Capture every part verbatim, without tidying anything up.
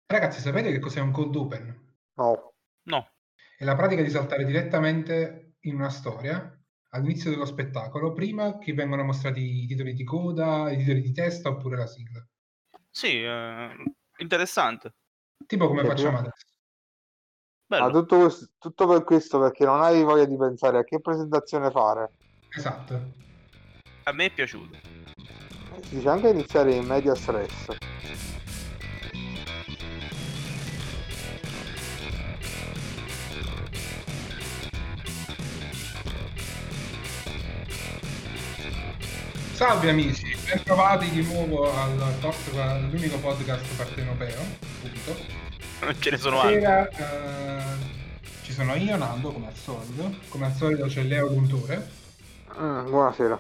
Ragazzi, sapete che cos'è un cold open? No. No. È la pratica di saltare direttamente in una storia all'inizio dello spettacolo, prima che vengano mostrati i titoli di coda, i titoli di testa oppure la sigla. Sì, eh, interessante. Tipo come Cioè, facciamo prima- adesso. Ah, Bello. tutto, questo- tutto per questo perché non hai voglia di pensare a che presentazione fare. Esatto. A me è piaciuto. Si dice anche iniziare in media stress. Salve amici, ben trovati di nuovo al post, all'unico podcast partenopeo, appunto. Non ce ne sono altri. Stasera eh, ci sono io, Nando, come al solito. Come al solito c'è Leo Luntore Mm, buonasera.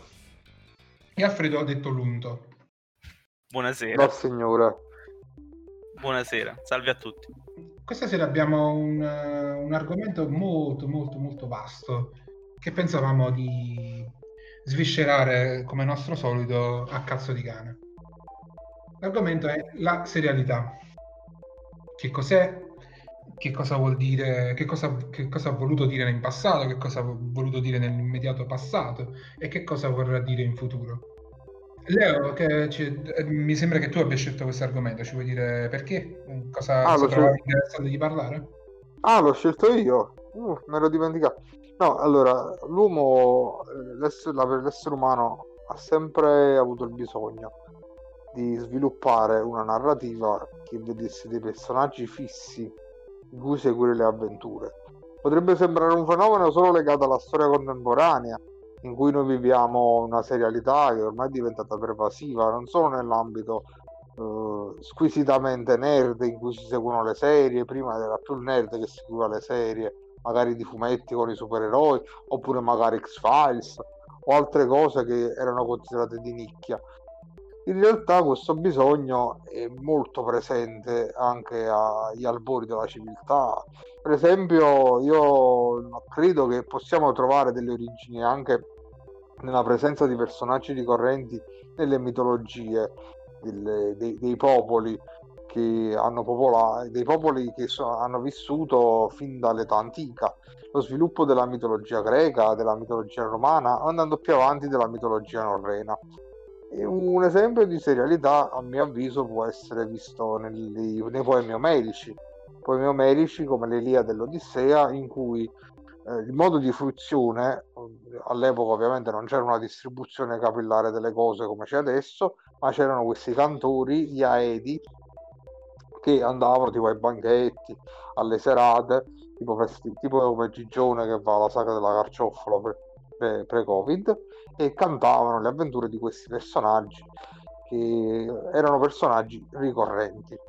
e Alfredo detto Lunto. Buonasera. Dal Signore. Buonasera. Salve a tutti. Questa sera abbiamo un, eh, un argomento molto molto molto vasto che pensavamo di sviscerare come nostro solito a cazzo di cane. L'argomento è la serialità. Che cos'è? Che cosa vuol dire? Che cosa, che cosa ha voluto dire in passato? Che cosa ha voluto dire nell'immediato passato? E che cosa vorrà dire in futuro? Leo, che ci- eh, mi sembra che tu abbia scelto questo argomento, ci vuoi dire perché? Cosa, Ah, cosa l'ho, trovavi scel- interessante di parlare? ah, l'ho scelto io. Uh, me l'ho dimenticato. No, allora, l'uomo, eh, l'essere, la- l'essere umano ha sempre avuto il bisogno di sviluppare una narrativa che vedesse dei personaggi fissi in cui seguire le avventure. Potrebbe sembrare un fenomeno solo legato alla storia contemporanea, in cui noi viviamo una serialità che ormai è diventata pervasiva, non solo nell'ambito eh, squisitamente nerd in cui si seguono le serie, prima era più il nerd che seguiva le serie, magari di fumetti con i supereroi, oppure magari X-Files o altre cose che erano considerate di nicchia. In realtà questo bisogno è molto presente anche agli albori della civiltà. Per esempio, io credo che possiamo trovare delle origini anche nella presenza di personaggi ricorrenti nelle mitologie delle- dei, dei popoli che hanno popolato, dei popoli che so- hanno vissuto fin dall'età antica. Lo sviluppo della mitologia greca, della mitologia romana, andando più avanti della mitologia norrena. E un esempio di serialità, a mio avviso, può essere visto negli- nei poemi omerici. Poemi omerici come l'Elia dell'Odissea, in cui eh, il modo di fruizione, eh, all'epoca ovviamente non c'era una distribuzione capillare delle cose come c'è adesso, ma c'erano questi cantori, gli Aedi, che andavano tipo ai banchetti, alle serate, tipo, festi- tipo come Gigione che va alla sagra della carciofola pre- pre- pre-Covid, e cantavano le avventure di questi personaggi che erano personaggi ricorrenti.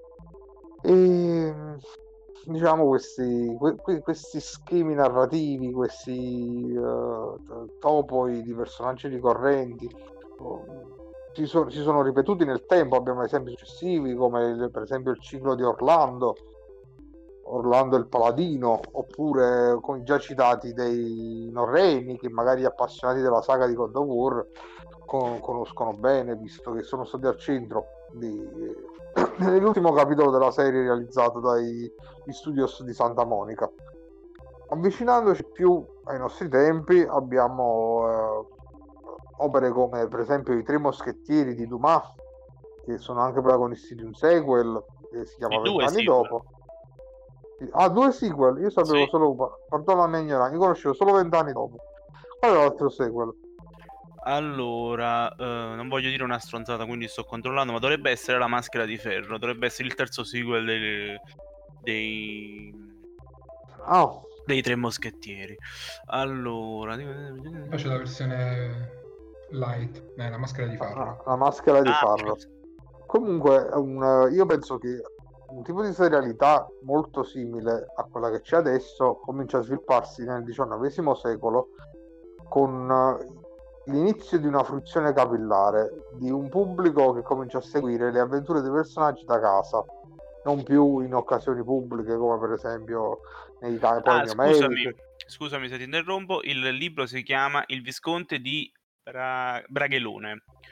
E diciamo questi, que- questi schemi narrativi, questi eh, topoi di personaggi ricorrenti oh, si, so- si sono ripetuti nel tempo. Abbiamo esempi successivi come il- per esempio il ciclo di Orlando, Orlando il Paladino, oppure con i già citati dei Norreni, che magari gli appassionati della saga di God of War con- conoscono bene, visto che sono stati al centro di- nell'ultimo capitolo della serie realizzato dai gli studios di Santa Monica. Avvicinandoci più ai nostri tempi abbiamo eh, opere come per esempio I Tre Moschettieri di Dumas, che sono anche protagonisti di un sequel che si chiama Di due Vent'anni sequel. dopo. Ah, due sequel, io sapevo Sì. solo, perdono la mia ignoranza, io conoscevo solo Vent'anni dopo. Qual è l'altro sequel? Allora, eh, non voglio dire una stronzata, quindi sto controllando, ma dovrebbe essere La Maschera di Ferro. Dovrebbe essere il terzo sequel dei, dei, Ah, dei Tre Moschettieri. Allora, Poi c'è la versione light, eh, la maschera di ah, farro. la maschera di ah, Farro. Comunque, è un- io penso che un tipo di serialità molto simile a quella che c'è adesso comincia a svilupparsi nel diciannovesimo secolo con eh, l'inizio di una fruizione capillare, di un pubblico che comincia a seguire le avventure dei personaggi da casa, non più in occasioni pubbliche come per esempio nei ca- ah, poemi scusami, omerici. scusami se ti interrompo. Il libro si chiama Il Visconte di Bra- Bragelone.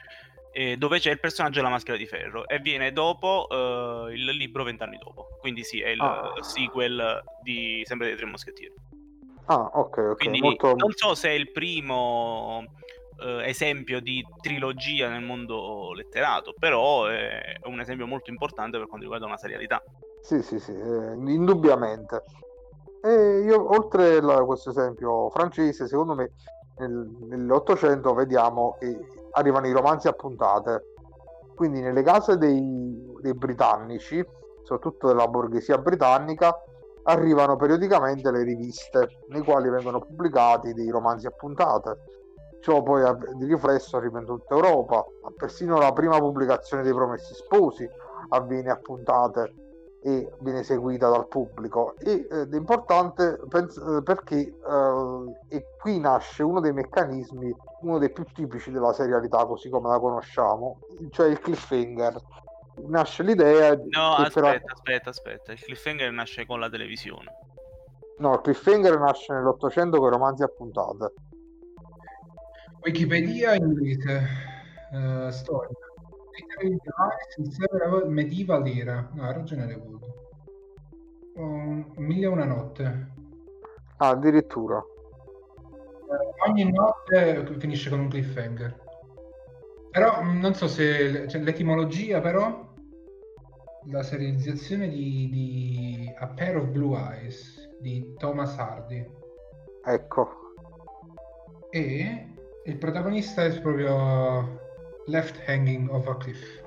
eh, dove c'è il personaggio della maschera di ferro e viene dopo eh, il libro vent'anni dopo, quindi sì, è il Ah. sequel di sempre dei Tre Moschettieri. Ah, ok, ok. Quindi Molto... non so se è il primo eh, esempio di trilogia nel mondo letterato, però è un esempio molto importante per quanto riguarda una serialità. Sì, sì, sì, eh, indubbiamente. E io, oltre a questo esempio francese, secondo me nel, nell'Ottocento vediamo che arrivano i romanzi a puntate. Quindi nelle case dei, dei britannici, soprattutto della borghesia britannica, arrivano periodicamente le riviste, nei quali vengono pubblicati dei romanzi a puntate. Ciò poi di riflesso arriva in tutta Europa, persino la prima pubblicazione dei Promessi Sposi avviene a puntate e viene seguita dal pubblico ed è importante pens- perché eh, e qui nasce uno dei meccanismi, uno dei più tipici della serialità così come la conosciamo, cioè il cliffhanger. Nasce l'idea No, che aspetta, per... aspetta, aspetta, il cliffhanger nasce con la televisione. no, il cliffhanger nasce nell'Ottocento con i romanzi a puntate. Wikipedia inglese, uh, storia. Medieval era, no, ha ragione le avuto. Um, Mille e una notte. Ah, addirittura. Uh, ogni notte finisce con un cliffhanger. Però non so se cioè, l'etimologia, però la serializzazione di, di A Pair of Blue Eyes di Thomas Hardy. Ecco. E il protagonista è proprio Left Hanging of a Cliff.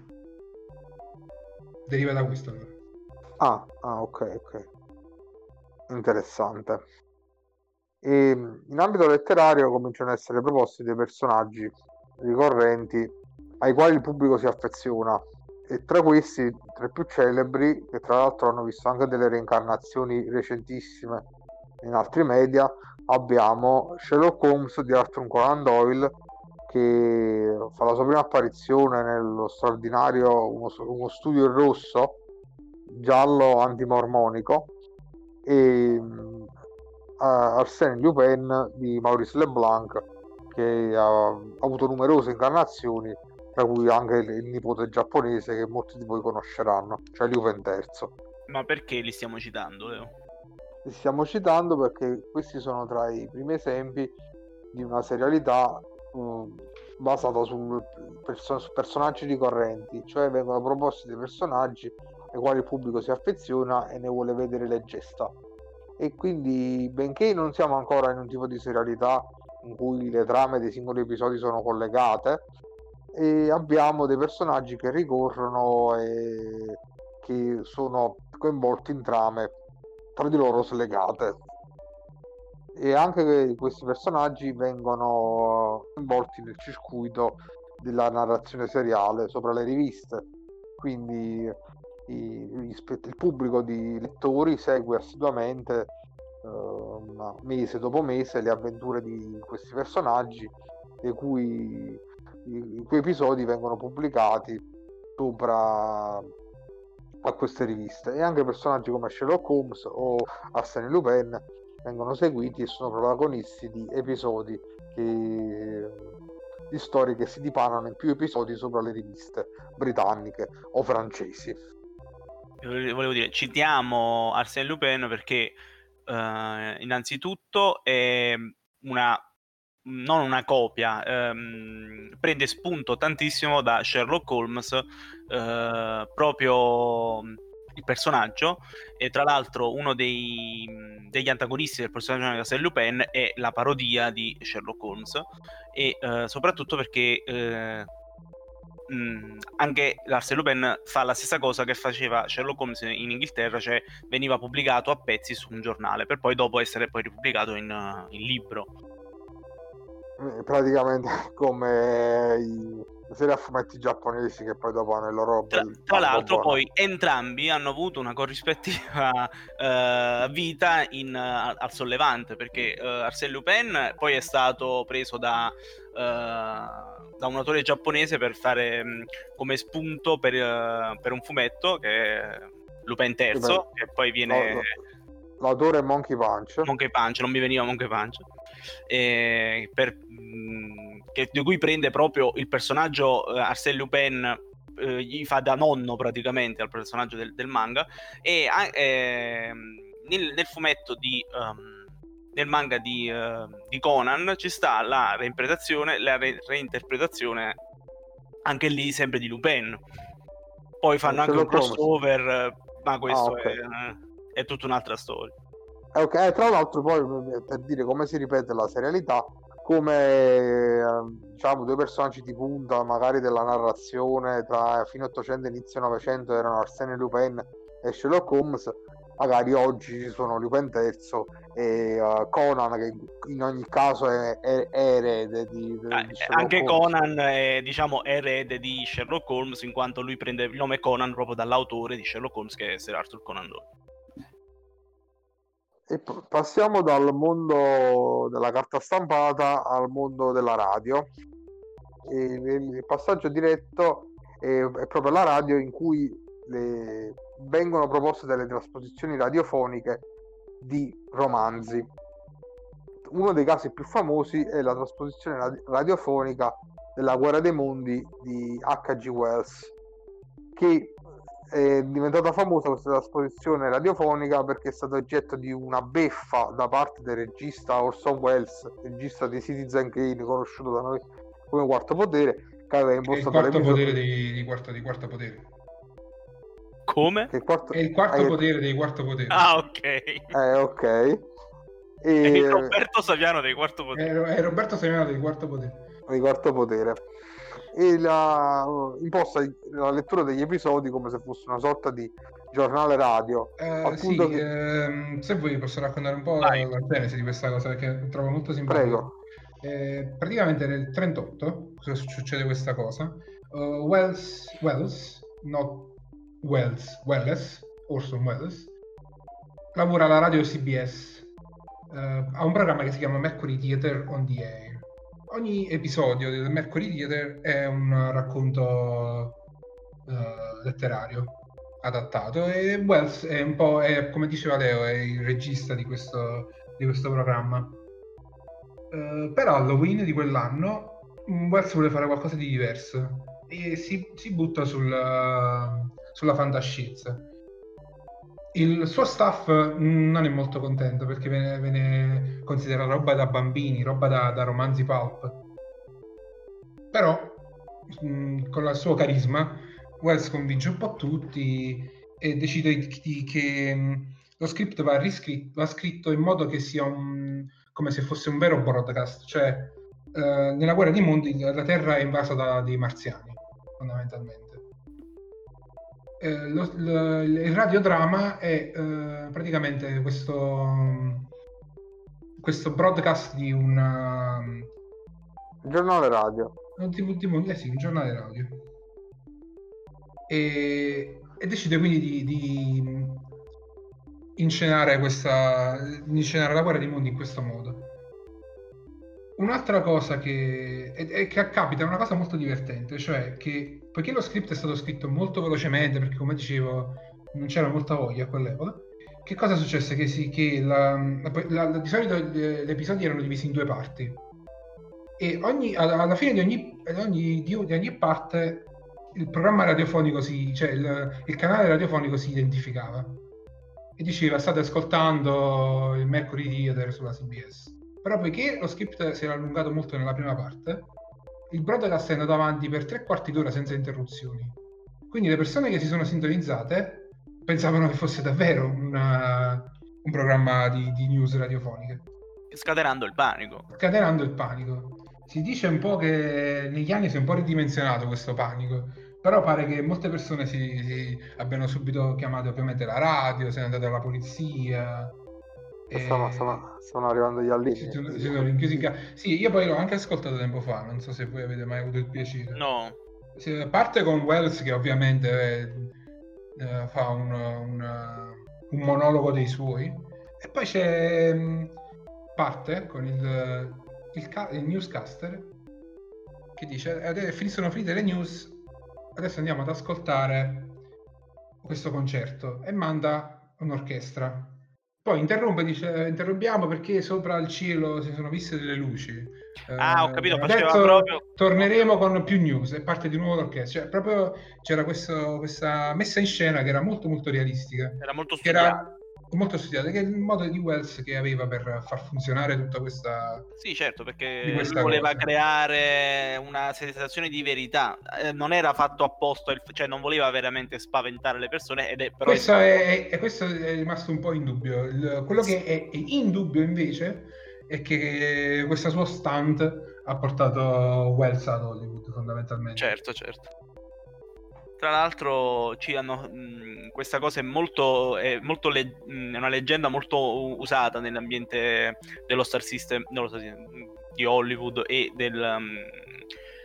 Deriva da questo allora. Ah, ah, ok, ok. Interessante. E in ambito letterario cominciano ad essere proposti dei personaggi ricorrenti ai quali il pubblico si affeziona, e tra questi, tra i più celebri, che tra l'altro hanno visto anche delle reincarnazioni recentissime in altri media, abbiamo Sherlock Holmes di Arthur Conan Doyle, che fa la sua prima apparizione nello straordinario Uno, uno studio in rosso, giallo antimormonico, e uh, Arsène Lupin di Maurice Leblanc, che ha, ha avuto numerose incarnazioni, tra cui anche il, il nipote giapponese che molti di voi conosceranno, cioè Lupin terzo. Ma perché li stiamo citando, Leo? Li stiamo citando perché questi sono tra i primi esempi di una serialità uh, basata sul perso- su personaggi ricorrenti, cioè vengono proposti dei personaggi ai quali il pubblico si affeziona e ne vuole vedere le gesta. E quindi, benché non siamo ancora in un tipo di serialità in cui le trame dei singoli episodi sono collegate, e abbiamo dei personaggi che ricorrono e che sono coinvolti in trame tra di loro slegate, e anche questi personaggi vengono coinvolti nel circuito della narrazione seriale sopra le riviste, quindi i, il pubblico di lettori segue assiduamente uh, mese dopo mese le avventure di questi personaggi, le cui, i, i cui episodi vengono pubblicati sopra a queste riviste, e anche personaggi come Sherlock Holmes o Arsène Lupin vengono seguiti e sono protagonisti di episodi che, di storie che si dipanano in più episodi sopra le riviste britanniche o francesi. Volevo dire, citiamo Arsène Lupin perché eh, innanzitutto è una non una copia, ehm, prende spunto tantissimo da Sherlock Holmes, eh, proprio il personaggio, e tra l'altro uno dei, degli antagonisti del personaggio di Arsène Lupin è la parodia di Sherlock Holmes, e eh, soprattutto perché eh, mh, anche Arsène Lupin fa la stessa cosa che faceva Sherlock Holmes in Inghilterra, cioè veniva pubblicato a pezzi su un giornale per poi dopo essere poi ripubblicato in, in libro. Praticamente come i serie a fumetti giapponesi che poi dopo hanno il loro tra, bel tra l'altro buono. Poi entrambi hanno avuto una corrispettiva uh, vita in, uh, al Sollevante, perché uh, Arsène Lupin poi è stato preso da, uh, da un autore giapponese per fare um, come spunto per, uh, per un fumetto che è Lupin terzo, che poi viene... No, l'autore è Monkey Punch. Monkey Punch, non mi veniva Monkey Punch. E per, mh, che, di cui prende proprio il personaggio uh, Arsène Lupin, uh, gli fa da nonno praticamente al personaggio del, del manga, e eh, nel, nel fumetto di um, nel manga di, uh, di Conan ci sta la reinterpretazione la re- reinterpretazione anche lì sempre di Lupin. Poi fanno anche un crossover, ma questo ah, okay. è, è tutta un'altra storia. Ok, tra l'altro poi per dire come si ripete la serialità, come diciamo due personaggi di punta magari della narrazione tra fine ottocento e inizio novecento erano Arsène Lupin e Sherlock Holmes, magari oggi ci sono Lupin terzo e uh, Conan, che in ogni caso è, è, è erede di, di ah, anche Holmes. Conan è, diciamo, erede di Sherlock Holmes, in quanto lui prende il nome Conan proprio dall'autore di Sherlock Holmes, che è Sir Arthur Conan Doyle. E p- passiamo dal mondo della carta stampata al mondo della radio. E il passaggio diretto è, è proprio la radio, in cui le, vengono proposte delle trasposizioni radiofoniche di romanzi. Uno dei casi più famosi è la trasposizione radi- radiofonica della Guerra dei Mondi di H G Wells, che è diventata famosa questa trasposizione radiofonica perché è stata oggetto di una beffa da parte del regista Orson Welles, regista di Citizen Kane, conosciuto da noi come Quarto Potere, che aveva impostato il quarto potere di, di, quarto, di quarto potere. Come? Che quarto... È il quarto eh, potere dei quarto potere. Ah, ok. Eh, ok. E... È il Roberto Saviano dei quarto potere. È, è Roberto Saviano dei quarto potere. Di quarto potere. E la imposta la lettura degli episodi come se fosse una sorta di giornale radio. Eh, sì, che... ehm, se vuoi posso raccontare un po' Vai. la genesi di questa cosa, perché trovo molto simpatico. Prego. Eh, praticamente nel trentotto succede questa cosa. uh, Wells Wells not Wells Welles Orson Welles lavora alla radio C B S, uh, ha un programma che si chiama Mercury Theatre on the Air. Ogni episodio del Mercury Theatre è un racconto uh, letterario adattato, e Wells è un po', è, come diceva Leo, è il regista di questo, di questo programma. Uh, per Halloween di quell'anno Wells vuole fare qualcosa di diverso e si, si butta sul, sulla fantascienza. Il suo staff non è molto contento perché viene, viene considerata roba da bambini, roba da, da romanzi pulp. Però mh, con il suo carisma Wells convince un po' tutti e decide di, che mh, lo script va riscritto, va scritto in modo che sia un, come se fosse un vero broadcast, cioè eh, nella Guerra dei Mondi la Terra è invasa da dei marziani, fondamentalmente. Eh, lo, lo, il radiodramma è eh, praticamente questo questo broadcast di una un giornale radio un, tipo, tipo, eh sì, un giornale radio e, e decide quindi di, di inscenare questa inscenare la Guerra dei Mondi in questo modo. Un'altra cosa che, è, è che capita, è una cosa molto divertente, cioè che poiché lo script è stato scritto molto velocemente, perché come dicevo non c'era molta voglia a quell'epoca, che cosa successe? Che, sì, che la, la, la, di solito gli episodi erano divisi in due parti e ogni, alla fine di ogni, di, ogni, di ogni parte il programma radiofonico, si, cioè il, il canale radiofonico si identificava e diceva state ascoltando il Mercury Theatre sulla C B S. Però poiché lo script si era allungato molto nella prima parte, il broadcast è andato avanti per tre quarti d'ora senza interruzioni. Quindi le persone che si sono sintonizzate pensavano che fosse davvero una, un programma di, di news radiofoniche. Scatenando il panico. Scatenando il panico. Si dice un po' che negli anni si è un po' ridimensionato questo panico, però pare che molte persone si, si abbiano subito chiamato ovviamente la radio, siano andate alla polizia. Stiamo, stiamo, stiamo arrivando gli allini. Si sono, si sono rinchiusi in casa. Sì, io poi l'ho anche ascoltato tempo fa, non so se voi avete mai avuto il piacere. No. Si parte con Wells che ovviamente eh, fa un, un, un monologo dei suoi e poi c'è parte con il, il, il newscaster che dice adesso sono finite le news, adesso andiamo ad ascoltare questo concerto e manda un'orchestra. Poi interrompe, dice interrompiamo perché sopra il cielo si sono viste delle luci. Ah, ho capito, Eh, faceva adesso proprio... torneremo con più news e parte di nuovo l'orchestra. Cioè, proprio c'era questo- questa messa in scena che era molto molto realistica, Era molto che studiato. era molto studiata, che è il modo di Wells che aveva per far funzionare tutta questa Sì, certo, di perché lui questa voleva cosa. creare una sensazione di verità. Eh, non era fatto apposta, il- cioè non voleva veramente spaventare le persone, ed è però è Questo stato... è, è- questo è rimasto un po' in dubbio. Il- quello che è in dubbio invece è che questa sua stunt ha portato Wells ad Hollywood fondamentalmente. Certo, certo. Tra l'altro ci hanno mh, questa cosa è molto è molto le- mh, è una leggenda molto u- usata nell'ambiente dello Star System, dello Star System, di Hollywood e del mh,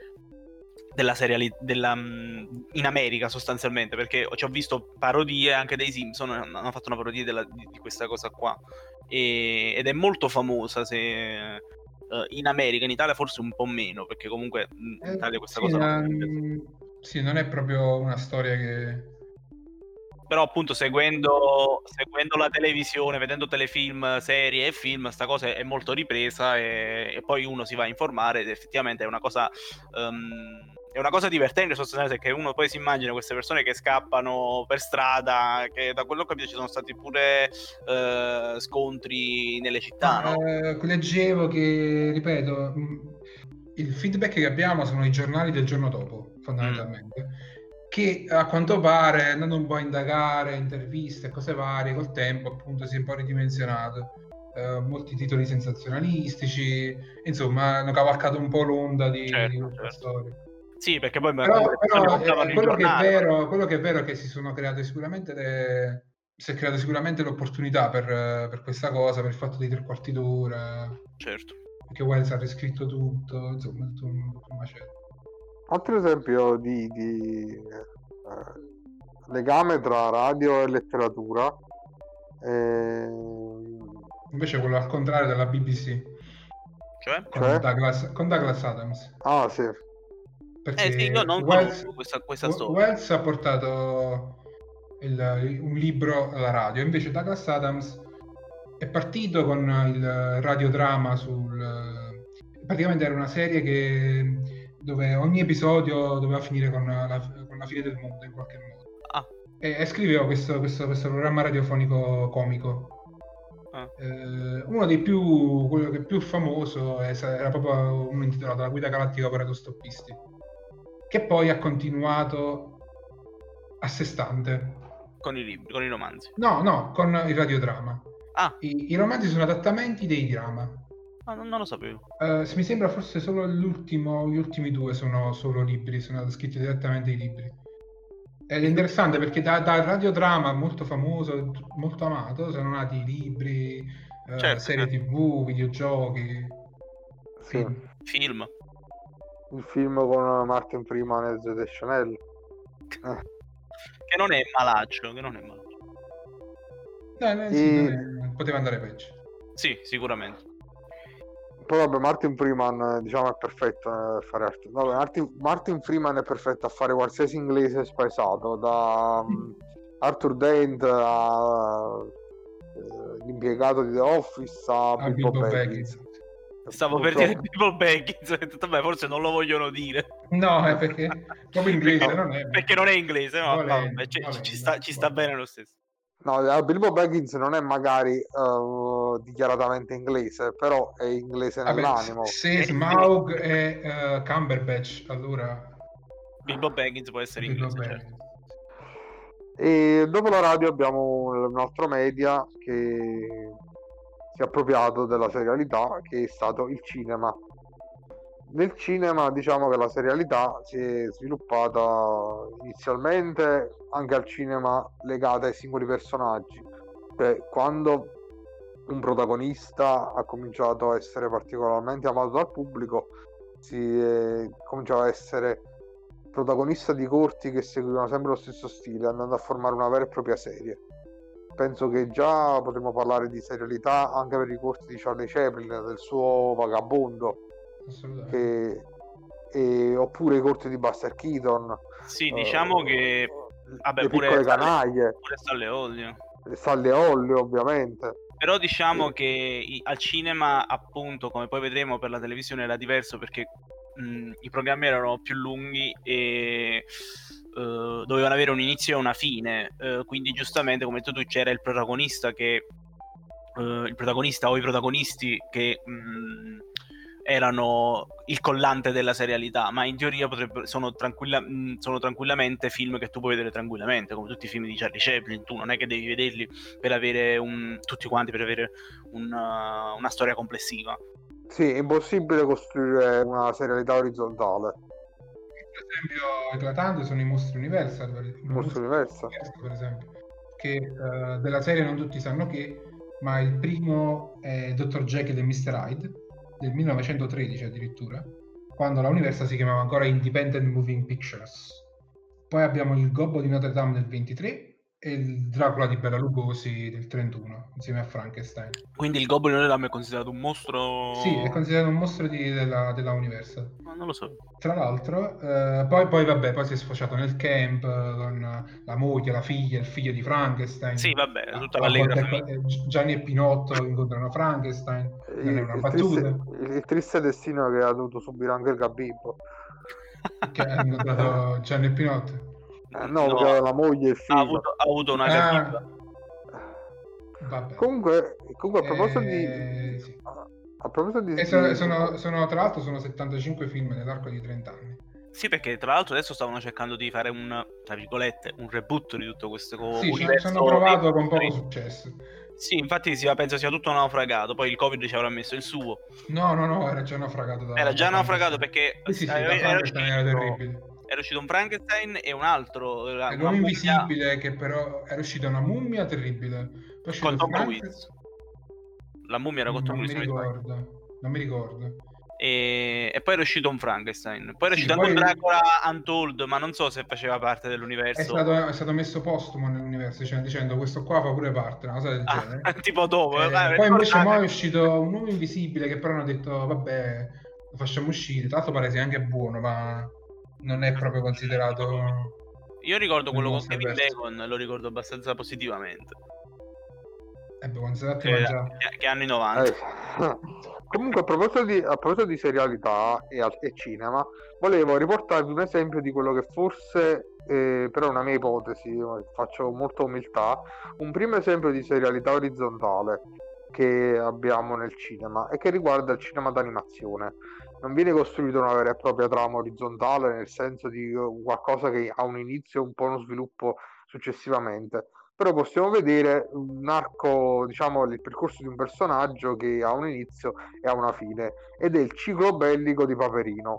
della seriali della mh, in America sostanzialmente, perché ci ho visto parodie anche dei Simpson, hanno fatto una parodia della- di, di questa cosa qua e- ed è molto famosa se eh, in America. In Italia forse un po' meno, perché comunque mh, in Eh, Italia questa sì, cosa non non, sì, non è proprio una storia che... però appunto seguendo, seguendo la televisione, vedendo telefilm, serie e film, sta cosa è molto ripresa e, e poi uno si va a informare ed effettivamente è una cosa um, è una cosa divertente sostanzialmente, perché uno poi si immagina queste persone che scappano per strada, che da quello che ho capito ci sono stati pure uh, scontri nelle città, Ma, no? eh, leggevo che, ripeto, mh, il feedback che abbiamo sono i giornali del giorno dopo, fondamentalmente, mm. che a quanto pare, andando un po' a indagare, interviste, cose varie, col tempo appunto si è un po' ridimensionato. Eh, molti titoli sensazionalistici, insomma, hanno cavalcato un po' l'onda di, Certo, di questa certo. storia. Sì, perché poi Però, le persone però, portavano eh, il quello, che è giornale. vero, quello che è vero è che si sono create sicuramente le, si è creata sicuramente l'opportunità per, per questa cosa, per il fatto dei tre quarti d'ora, Certo. perché Wells ha riscritto tutto, insomma, tutto un, tutto un macello. Altro esempio di, di eh, legame tra radio e letteratura, eh, Invece quello al contrario della B B C, Cioè? con, cioè? Douglas, con Douglas Adams. Ah sì, Eh sì, io Perché non Wells, conosco questa, questa storia. Wells ha portato il, un libro alla radio, invece Douglas Adams è partito con il radiodramma sul... praticamente era una serie che, dove ogni episodio doveva finire con la, con la fine del mondo in qualche modo. Ah. E, e scriveva questo, questo, questo programma radiofonico comico. Ah. Eh, uno dei più, quello che è più famoso è, era proprio uno intitolato La guida galattica per autostoppisti, che poi ha continuato a sé stante. Con i libri, con i romanzi. No, no, con il radiodramma. Ah. I, I romanzi sono adattamenti dei drama. Ah, non, non lo sapevo. Uh, mi sembra forse solo l'ultimo, gli ultimi due sono solo libri, sono scritti direttamente i libri. Ed è interessante perché da, da radiodramma molto famoso, molto amato, sono nati libri, uh, certo, serie certo. tv, videogiochi, sì. film. Film. Il film con Martin Freeman e Zoe Chanel. Eh. Che non è malaccio, che non è malaccio. Eh, eh, e... sì, non è, poteva andare peggio. Sì, sicuramente. Poi vabbè, Martin Freeman diciamo è perfetto a fare arte. Vabbè, Martin, Martin Freeman è perfetto a fare qualsiasi inglese spaesato, da um, Arthur Dent all'impiegato uh, di The Office a, a Bilbo, Bilbo Baggins. Baggins. Stavo Purtroppo... per dire Bilbo Baggins, vabbè, forse non lo vogliono dire. No, è perché proprio inglese perché, non è. Perché non è inglese, no? Volendo, vabbè, ci, volendo, ci sta, ci sta bene lo stesso. No, Bilbo Baggins non è magari uh, dichiaratamente inglese, però è inglese Vabbè, nell'animo. Se Smaug è uh, Cumberbatch, allora Bilbo Baggins può essere Bilbo inglese, Baggins. certo. E dopo la radio abbiamo un altro media che si è appropriato della serialità, che è stato il cinema. Nel cinema diciamo che la serialità si è sviluppata inizialmente anche al cinema legata ai singoli personaggi, cioè quando un protagonista ha cominciato a essere particolarmente amato dal pubblico si è cominciava a essere protagonista di corti che seguivano sempre lo stesso stile, andando a formare una vera e propria serie. Penso che già potremmo parlare di serialità anche per i corti di Charlie Chaplin, del suo Vagabondo, che, e, oppure i corti di Buster Keaton. Sì, diciamo uh, che vabbè, le pure piccole Stalle, canaglie, pure Stalle Olio. Stalle Olio ovviamente. Però diciamo che i- al cinema, appunto, come poi vedremo, per la televisione era diverso perché mh, i programmi erano più lunghi e eh, dovevano avere un inizio e una fine. Eh, quindi giustamente, come hai detto tu, c'era il protagonista che eh, il protagonista o i protagonisti che mh, erano il collante della serialità, ma in teoria potrebbero, sono, tranquilla, mh, sono tranquillamente film che tu puoi vedere tranquillamente, come tutti i film di Charlie Chaplin. Tu non è che devi vederli per avere un, tutti quanti per avere una, una storia complessiva. Sì, è impossibile costruire una serialità orizzontale. Per esempio, eclatante sono i Mostri Universal, per, i Mostri Universal. per esempio, che eh, della serie non tutti sanno che, ma il primo è dottor Jekyll e mister Hyde del millenovecentotredici addirittura, quando la Universal si chiamava ancora Independent Moving Pictures. Poi abbiamo il Gobbo di Notre Dame del ventitré e il Dracula di Bela Lugosi del trentuno, insieme a Frankenstein. Quindi il Goblin della Dame è considerato un mostro? Sì, è considerato un mostro di, della, della Universal. Ma non lo so. Tra l'altro, eh, poi, poi vabbè, poi si è sfociato nel camp eh, con la moglie, la figlia, il figlio di Frankenstein. Sì, vabbè, tutta A l'allegra volte famiglia. eh, Gianni e Pinotto incontrano Frankenstein, non è Il, una il triste, battuta. il, il triste destino che ha dovuto subire anche il Gabibbo. Che ha incontrato Gianni e Pinotto. Eh, no, No, perché aveva la moglie e il ha figlio. avuto, ha avuto una Ah, cattiva. vabbè. Comunque, comunque a proposito Eh, di... sì. A, a proposito di... E sono, di- sono- sono- tra l'altro sono settantacinque film nell'arco di trenta anni. Sì, perché tra l'altro adesso stavano cercando di fare un, tra virgolette, un reboot di tutto questo co- Sì, ci, universo. ci hanno provato con dei- poco successo. Sì, infatti si penso sia tutto naufragato. Poi il Covid ci avrà messo il suo. No, no, no, era già naufragato da Era già da naufragato Frankenstein. perché Sì, sì, sì, era, da era Frankenstein era uscito, terribile. era uscito un Frankenstein e un altro, era È una l'uomo mummia invisibile che però era uscita una mummia terribile. Poi è uscito con Tom Frank... Cruise. La mummia era con Tom Non mi Cruise, se non mi sbaglio. ricordo, non mi ricordo. E, e poi era uscito un Frankenstein. Poi era Sì, uscito anche un poi Dracula Untold, ma non so se faceva parte è dell'universo. stato, è stato messo postumo nell'universo, cioè, dicendo questo qua fa pure parte, una cosa del Ah, genere. tipo dopo. Eh, eh, poi invece mo è ricordate? uscito un uomo invisibile che però hanno detto vabbè, lo facciamo uscire. Tra l'altro pare sia anche buono, ma non è proprio considerato Io ricordo nel quello con monster Kevin verso. Bacon, lo ricordo abbastanza positivamente. Eh beh, quando si tratta di Che, mangiare. che- che anni novanta. Eh, Comunque, a proposito di, a proposito di serialità e, al- e cinema, volevo riportarvi un esempio di quello che forse, eh, però è una mia ipotesi, faccio molta umiltà, un primo esempio di serialità orizzontale che abbiamo nel cinema e che riguarda il cinema d'animazione. Non viene costruita una vera e propria trama orizzontale, nel senso di qualcosa che ha un inizio e un po' uno sviluppo successivamente, però possiamo vedere un arco, diciamo, il percorso di un personaggio che ha un inizio e ha una fine, ed è il ciclo bellico di Paperino.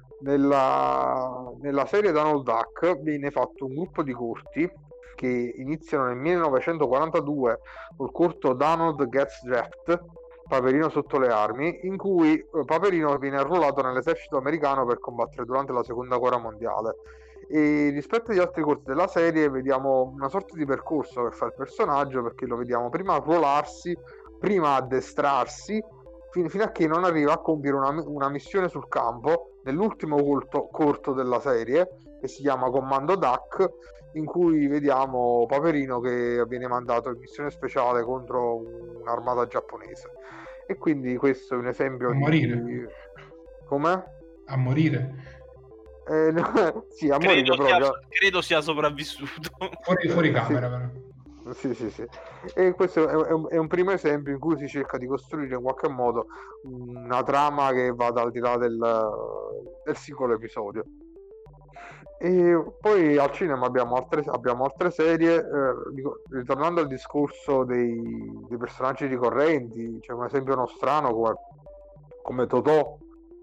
Nella, nella serie Donald Duck viene fatto un gruppo di corti che iniziano nel millenovecentoquarantadue col corto Donald Gets Drafted, Paperino sotto le armi, in cui eh, Paperino viene arruolato nell'esercito americano per combattere durante la seconda guerra mondiale. E rispetto agli altri corsi della serie vediamo una sorta di percorso che fa il personaggio, perché lo vediamo prima arruolarsi, prima addestrarsi, fin- fino a che non arriva a compiere una, una missione sul campo nell'ultimo corto, corto della serie, che si chiama Commando Duck, in cui vediamo Paperino che viene mandato in missione speciale contro un'armata giapponese. E quindi questo è un esempio A di... morire. Com'è? A morire. Eh, no, sì, a morire Credo sia, proprio. credo sia sopravvissuto. Fuori, fuori Sì. camera però. Sì, sì, sì. E questo è, è un, è un primo esempio in cui si cerca di costruire in qualche modo una trama che vada al di là del, del singolo episodio. E poi al cinema abbiamo altre, abbiamo altre serie, eh, dico- ritornando al discorso dei, dei personaggi ricorrenti, c'è un esempio nostrano come, come Totò,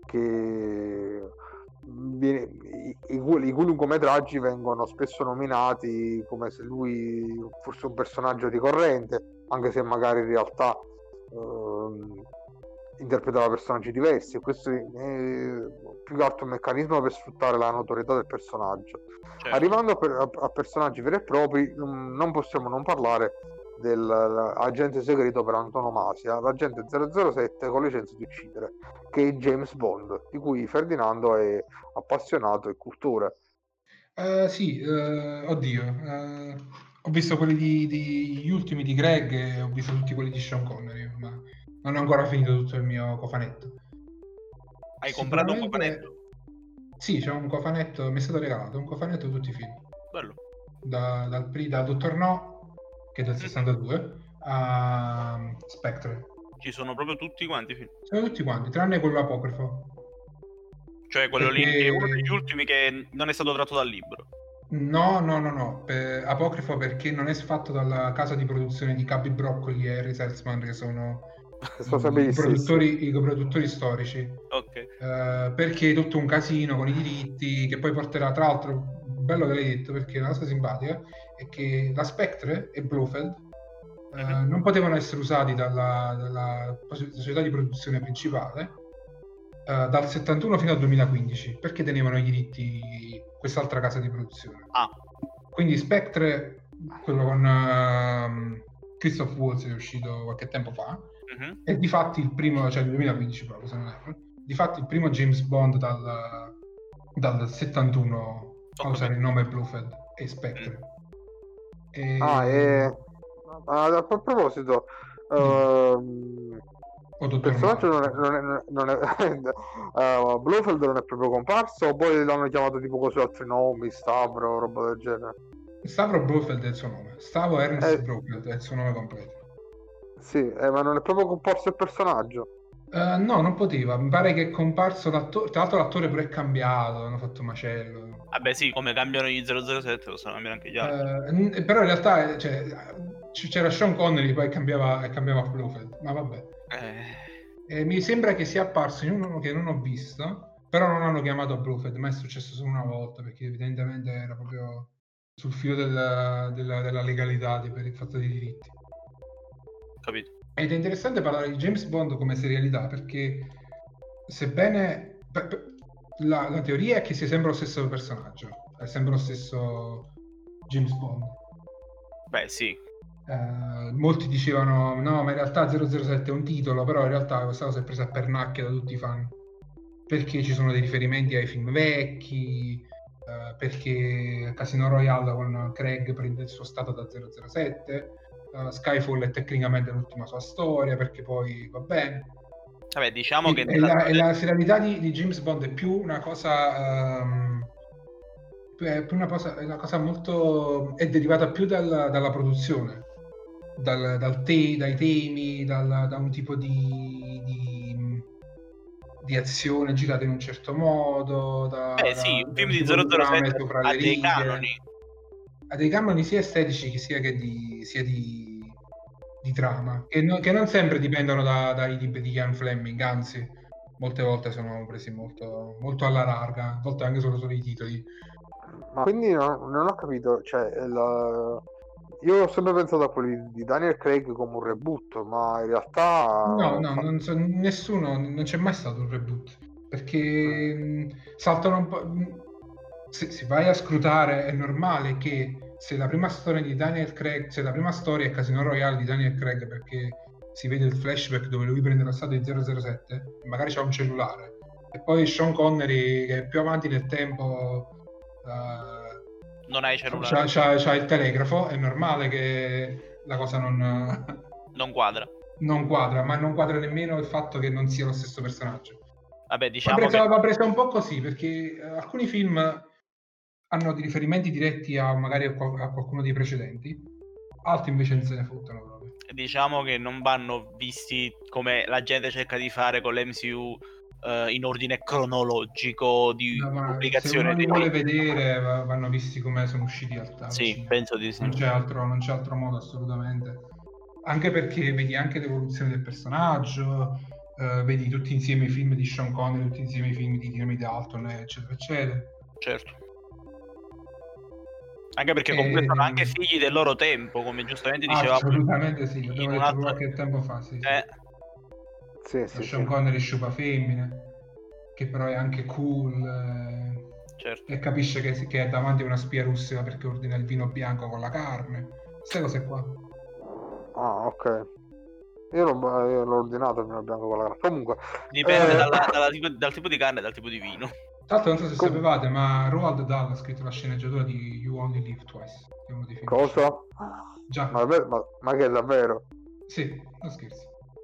che viene, i, i, cui- i cui lungometraggi vengono spesso nominati come se lui fosse un personaggio ricorrente, anche se magari in realtà ehm, interpretava personaggi diversi, e questo è più che altro un meccanismo per sfruttare la notorietà del personaggio. Certo. Arrivando a, per- a- a personaggi veri e propri, mm, non possiamo non parlare dell'agente segreto per antonomasia, l'agente zero zero sette con licenza di uccidere, che è James Bond, di cui Ferdinando è appassionato e cultore. Eh, sì, eh, oddio. eh, ho Ho visto quelli di, di gli ultimi di Greg e ho visto tutti quelli di Sean Connery, ma non ho ancora finito tutto il mio cofanetto. Hai comprato un cofanetto? Sì, c'è un cofanetto, mi è stato regalato un cofanetto di tutti i film. Bello. Da, dal da Dottor No, che è del sessantadue, a Spectre. Ci sono proprio tutti quanti i film? Sono tutti quanti, tranne quello apocrifo. Cioè quello Perché... lì che è uno degli ultimi che non è stato tratto dal libro. No, no, no, no. Per... Apocrifo perché non è fatto dalla casa di produzione di Capi Broccoli e Harry Saltzman, che sono i, i, produttori, i produttori storici. Ok. Uh, perché è tutto un casino con i diritti che poi porterà, tra l'altro, bello che l'hai detto, perché la cosa simpatica è che la Spectre e Blofeld uh, mm-hmm. non potevano essere usati dalla, dalla società di produzione principale uh, dal settantuno fino al duemilaquindici, perché tenevano i diritti quest'altra casa di produzione. Ah. Quindi Spectre, quello con uh, Christoph Waltz, è uscito qualche tempo fa, mm-hmm. è di fatti il primo, cioè il duemilaquindici proprio, se non erro, di fatti il primo James Bond dal, dal settantuno a oh, usare il nome Blofeld e Spectre. Mm. E... Ah, e... Ah, a proposito, mm. uh, il personaggio non è, non è, non è uh, Blofeld non è proprio comparso o poi l'hanno chiamato tipo con altri nomi, Stavro, roba del genere? Stavro Blofeld è il suo nome, Stavo Ernst eh... Blofeld è il suo nome completo. Sì, eh, ma non è proprio comparso il personaggio? Uh, no, non poteva, mi pare che è comparso l'attore, tra l'altro l'attore pure è cambiato, hanno fatto macello. Vabbè sì, come cambiano gli zero zero sette lo sanno cambiare anche gli altri. Uh, però in realtà cioè, c'era Sean Connery, poi cambiava, cambiava Blofeld, ma vabbè. Eh. E mi sembra che sia apparso in uno che non ho visto, però non hanno chiamato Blofeld, ma è successo solo una volta, perché evidentemente era proprio sul filo della, della, della legalità per il fatto dei diritti. Capito. Ed è interessante parlare di James Bond come serialità, perché sebbene la, la teoria è che sia sempre lo stesso personaggio, è sempre lo stesso James Bond. Beh, sì. Uh, molti dicevano no, ma in realtà zero zero sette è un titolo, però in realtà questa cosa è presa a pernacchia da tutti i fan, perché ci sono dei riferimenti ai film vecchi, uh, perché Casino Royale con Craig prende il suo stato da zero zero sette. Uh, Skyfall è tecnicamente l'ultima sua storia, perché poi va bene. Vabbè, diciamo e, che e la, e la serialità di, di James Bond è più una cosa um, è più una cosa, è una cosa molto è derivata più dal, dalla produzione, dal, dal te, dai temi, dal, da un tipo di, di, di azione girata in un certo modo. Da, Beh, sì, da, un film di zero zero sette ha dei righe. canoni. Ha dei canoni sia estetici che sia che di, sia di, di trama, che, no, che non sempre dipendono da, dai libri di Ian Fleming, anzi, molte volte sono presi molto, molto alla larga, a volte anche solo solo i titoli. Ma quindi non, non ho capito, cioè, la... io ho sempre pensato a quelli di Daniel Craig come un reboot, ma in realtà... No, no, non so, nessuno, non c'è mai stato un reboot, perché mm. saltano un po'... Se, se vai a scrutare è normale che se la prima storia di Daniel Craig, se la prima storia è Casino Royale di Daniel Craig, perché si vede il flashback dove lui prende lo stato di zero zero sette, magari c'ha un cellulare, e poi Sean Connery che è più avanti nel tempo uh, non hai cellulare, c'ha, c'ha, c'ha il telegrafo, è normale che la cosa non non quadra non quadra, ma non quadra nemmeno il fatto che non sia lo stesso personaggio. Vabbè, diciamo va presa, che... va presa un po' così, perché uh, alcuni film hanno dei riferimenti diretti a magari a, qual- a qualcuno dei precedenti, altri invece non se ne fottono proprio. Diciamo che non vanno visti come la gente cerca di fare con l'M C U uh, in ordine cronologico di no, pubblicazione. Se uno li vuole vedere va- vanno visti come sono usciti al tavolo. Sì, penso di sì. Non c'è altro, non c'è altro modo assolutamente. Anche perché vedi anche l'evoluzione del personaggio, uh, vedi tutti insieme i film di Sean Connery, tutti insieme i film di Timothy Dalton, eccetera, eccetera. Certo. Anche perché comunque e... sono anche figli del loro tempo, come giustamente dicevamo. Assolutamente sì, l'abbiamo detto altro... qualche tempo fa, sì. Eh. Sì, sì, Sean sì. Connery sciupa femmine, che però è anche cool, eh... certo. e capisce che, che è davanti a una spia russa perché ordina il vino bianco con la carne, queste cose qua. Ah, ok. Io, l'ho, io l'ho ordinato il vino bianco con la carne. Comunque dipende eh... dalla, dalla tipo, dal tipo di carne e dal tipo di vino. Tra l'altro non so se Com- sapevate, ma Roald Dahl ha scritto la sceneggiatura di You Only Live Twice, che è uno dei film. Cosa? Già. Ma, ma, ma che è davvero? Sì, non scherzo.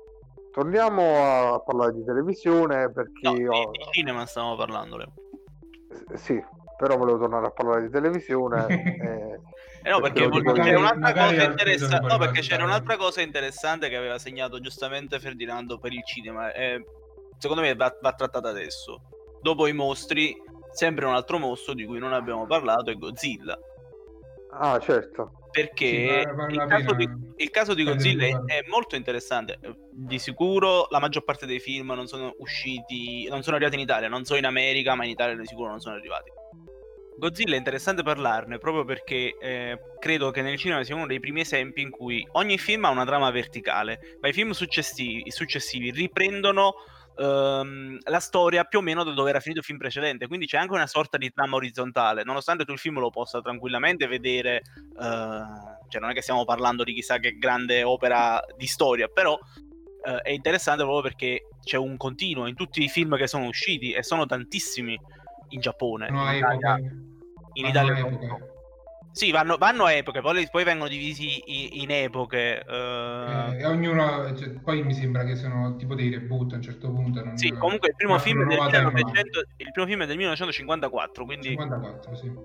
Torniamo a parlare di televisione perché No, di, ho... di cinema stavamo parlando, Leo. Sì, però volevo tornare a parlare di televisione. eh, Eh no, perché, lo vol- dico magari- c'era un'altra magari cosa Alfredo interessa- ne no, può perché c'era raccontare. un'altra cosa interessante che aveva segnato giustamente Ferdinando per il cinema. Eh, secondo me va, va trattata adesso. Dopo i mostri, sempre un altro mostro di cui non abbiamo parlato è Godzilla. Ah, certo. Perché Sì, vale- vale il, la caso pena di, il caso di prendere Godzilla due è, è molto interessante. Di sicuro la maggior parte dei film non sono usciti, non sono arrivati in Italia, non so in America, ma in Italia di sicuro non sono arrivati. Godzilla è interessante parlarne proprio perché eh, credo che nel cinema sia uno dei primi esempi in cui ogni film ha una trama verticale, ma i film successivi, successivi riprendono ehm, la storia più o meno da dove era finito il film precedente, quindi c'è anche una sorta di trama orizzontale, nonostante tu il film lo possa tranquillamente vedere, eh, cioè non è che stiamo parlando di chissà che grande opera di storia, però eh, è interessante proprio perché c'è un continuo in tutti i film che sono usciti, e sono tantissimi in Giappone, Vanno in a Italia, epoche. in Vanno Italia a non epoche. so. Sì, vanno, vanno a epoche, poi, poi vengono divisi i- in epoche. eh, Eh, e ognuno, cioè, poi mi sembra che sono tipo dei reboot a un certo punto. Non, Sì, comunque il primo film partono è del nuova timeline. millenovecento, il primo film è del millenovecentocinquantaquattro, quindi cinquantaquattro, sì.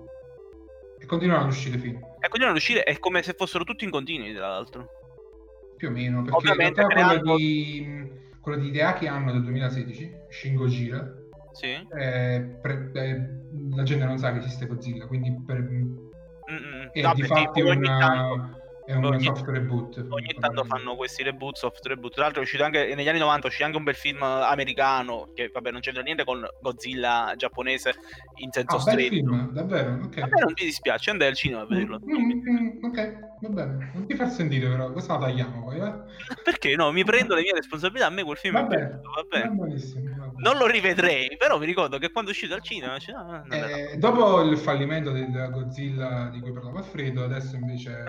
E continuano ad uscire film, e continuano ad uscire, è come se fossero tutti in continui, tra l'altro. più o meno, perché Ovviamente in realtà quello creando di, quello di Hideaki Anno del duemilasedici, Shin Gojira, sì. eh, pre- eh, la gente non sa che esiste Godzilla, quindi per, Mm-mm. è Vabbè, di sì, fatti poi ogni una, tanto è un ogni, soft reboot. ogni tanto fanno questi reboot, soft reboot. Tra l'altro è uscito anche negli anni novanta, è uscito anche un bel film americano che vabbè non c'entra niente con Godzilla giapponese in senso Ah, bel stretto. film, davvero, ok. A me non ti dispiace, andai al cinema a vederlo. Mm, mm, mm, ok, va bene. Non ti far sentire però, questa la tagliamo poi, eh? Perché no? Mi prendo le mie responsabilità, a me quel film Va è bene, piaciuto, va va bene. benissimo. Va bene. Non lo rivedrei, però mi ricordo che quando è uscito al cinema dice, no, non era- Eh, dopo il fallimento del Godzilla di cui parlava Alfredo, adesso invece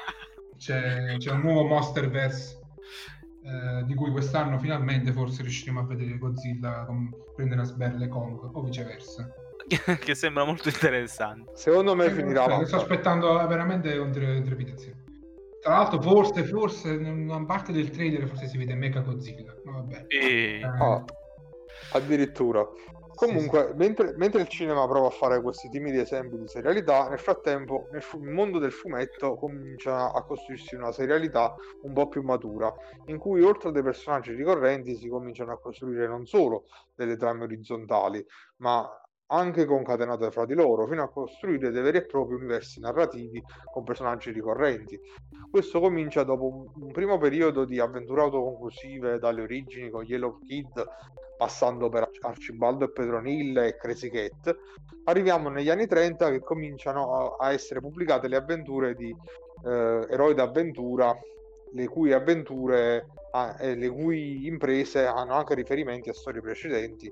c'è, c'è un nuovo Monsterverse eh, di cui quest'anno finalmente forse riusciremo a vedere Godzilla con, prendere a sberle Kong o viceversa. che sembra molto interessante. Secondo me Eh, finirà sto, la... sto aspettando veramente con tre- trepidazione. Tra l'altro forse, forse in una parte del trailer forse si vede Mecha Godzilla, ma vabbè. E... Eh, Ah, addirittura. Comunque, mentre, mentre il cinema prova a fare questi timidi esempi di serialità, nel frattempo nel fu- mondo del fumetto comincia a costruirsi una serialità un po' più matura, in cui oltre a dei personaggi ricorrenti si cominciano a costruire non solo delle trame orizzontali, ma anche concatenate fra di loro, fino a costruire dei veri e propri universi narrativi con personaggi ricorrenti. Questo comincia dopo un, un primo periodo di avventure autoconclusive dalle origini con Yellow Kid, passando per Arcibaldo e Petronille e Crazy Cat. Arriviamo negli anni trenta che cominciano a, a essere pubblicate le avventure di eh, eroi d'avventura, le cui avventure ah, e le cui imprese hanno anche riferimenti a storie precedenti.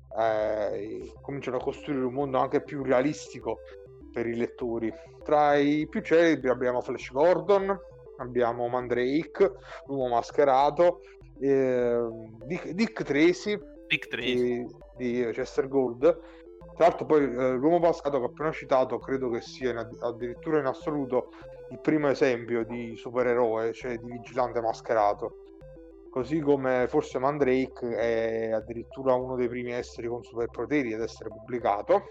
Eh, cominciano a costruire un mondo anche più realistico per i lettori. Tra i più celebri abbiamo Flash Gordon, abbiamo Mandrake, l'uomo mascherato, eh, Dick, Dick Tracy, Dick Tracy. di, di Chester Gould. Tra l'altro poi eh, l'uomo mascherato che ho appena citato credo che sia in, addirittura in assoluto il primo esempio di supereroe, cioè di vigilante mascherato. Così come forse Mandrake è addirittura uno dei primi esseri con superpoteri ad essere pubblicato.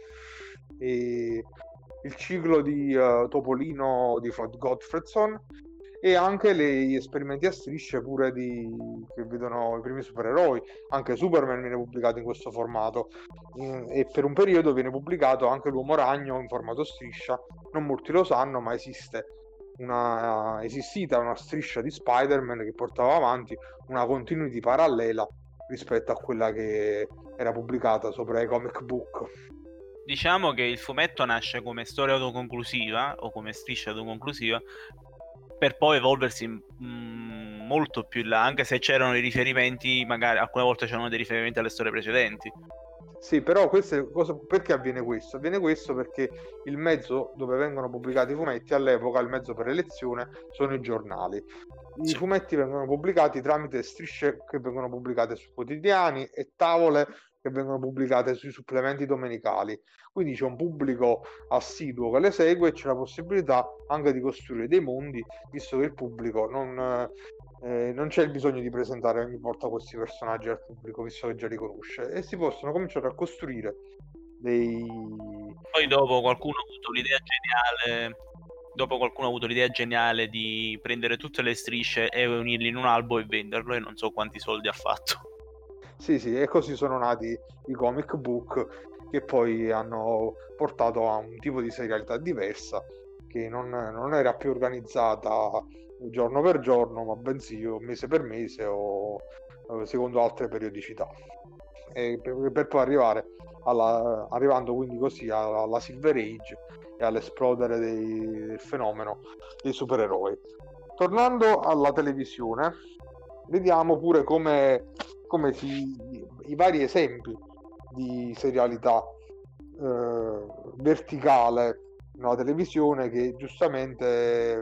E il ciclo di uh, Topolino di Gottfredson e anche le, gli esperimenti a strisce pure di, che vedono i primi supereroi. Anche Superman viene pubblicato in questo formato in, e per un periodo viene pubblicato anche l'Uomo Ragno in formato striscia. Non molti lo sanno, ma esiste una esistita una striscia di Spider-Man che portava avanti una continuity parallela rispetto a quella che era pubblicata sopra i comic book. Diciamo che il fumetto nasce come storia autoconclusiva o come striscia autoconclusiva per poi evolversi mh, molto più in là, anche se c'erano i riferimenti, magari alcune volte c'erano dei riferimenti alle storie precedenti. Sì, però queste cosa, perché avviene questo? Avviene questo perché il mezzo dove vengono pubblicati i fumetti all'epoca, il mezzo per elezione, sono i giornali. I Sì. fumetti vengono pubblicati tramite strisce che vengono pubblicate su quotidiani e tavole che vengono pubblicate sui supplementi domenicali. Quindi c'è un pubblico assiduo che le segue e c'è la possibilità anche di costruire dei mondi, visto che il pubblico non... Eh, non c'è il bisogno di presentare ogni volta questi personaggi al pubblico, visto che già li conosce, e si possono cominciare a costruire dei... Poi dopo qualcuno ha avuto l'idea geniale dopo qualcuno ha avuto l'idea geniale di prendere tutte le strisce e unirle in un albo e venderlo, e non so quanti soldi ha fatto. Sì, sì, e così sono nati i comic book, che poi hanno portato a un tipo di serialità diversa, che non, non era più organizzata giorno per giorno, ma bensì mese per mese o secondo altre periodicità, e per, per poi arrivare alla, arrivando quindi così alla, alla Silver Age e all'esplodere dei, del fenomeno dei supereroi. Tornando alla televisione, vediamo pure come, come si, i vari esempi di serialità eh, verticale nella televisione, che giustamente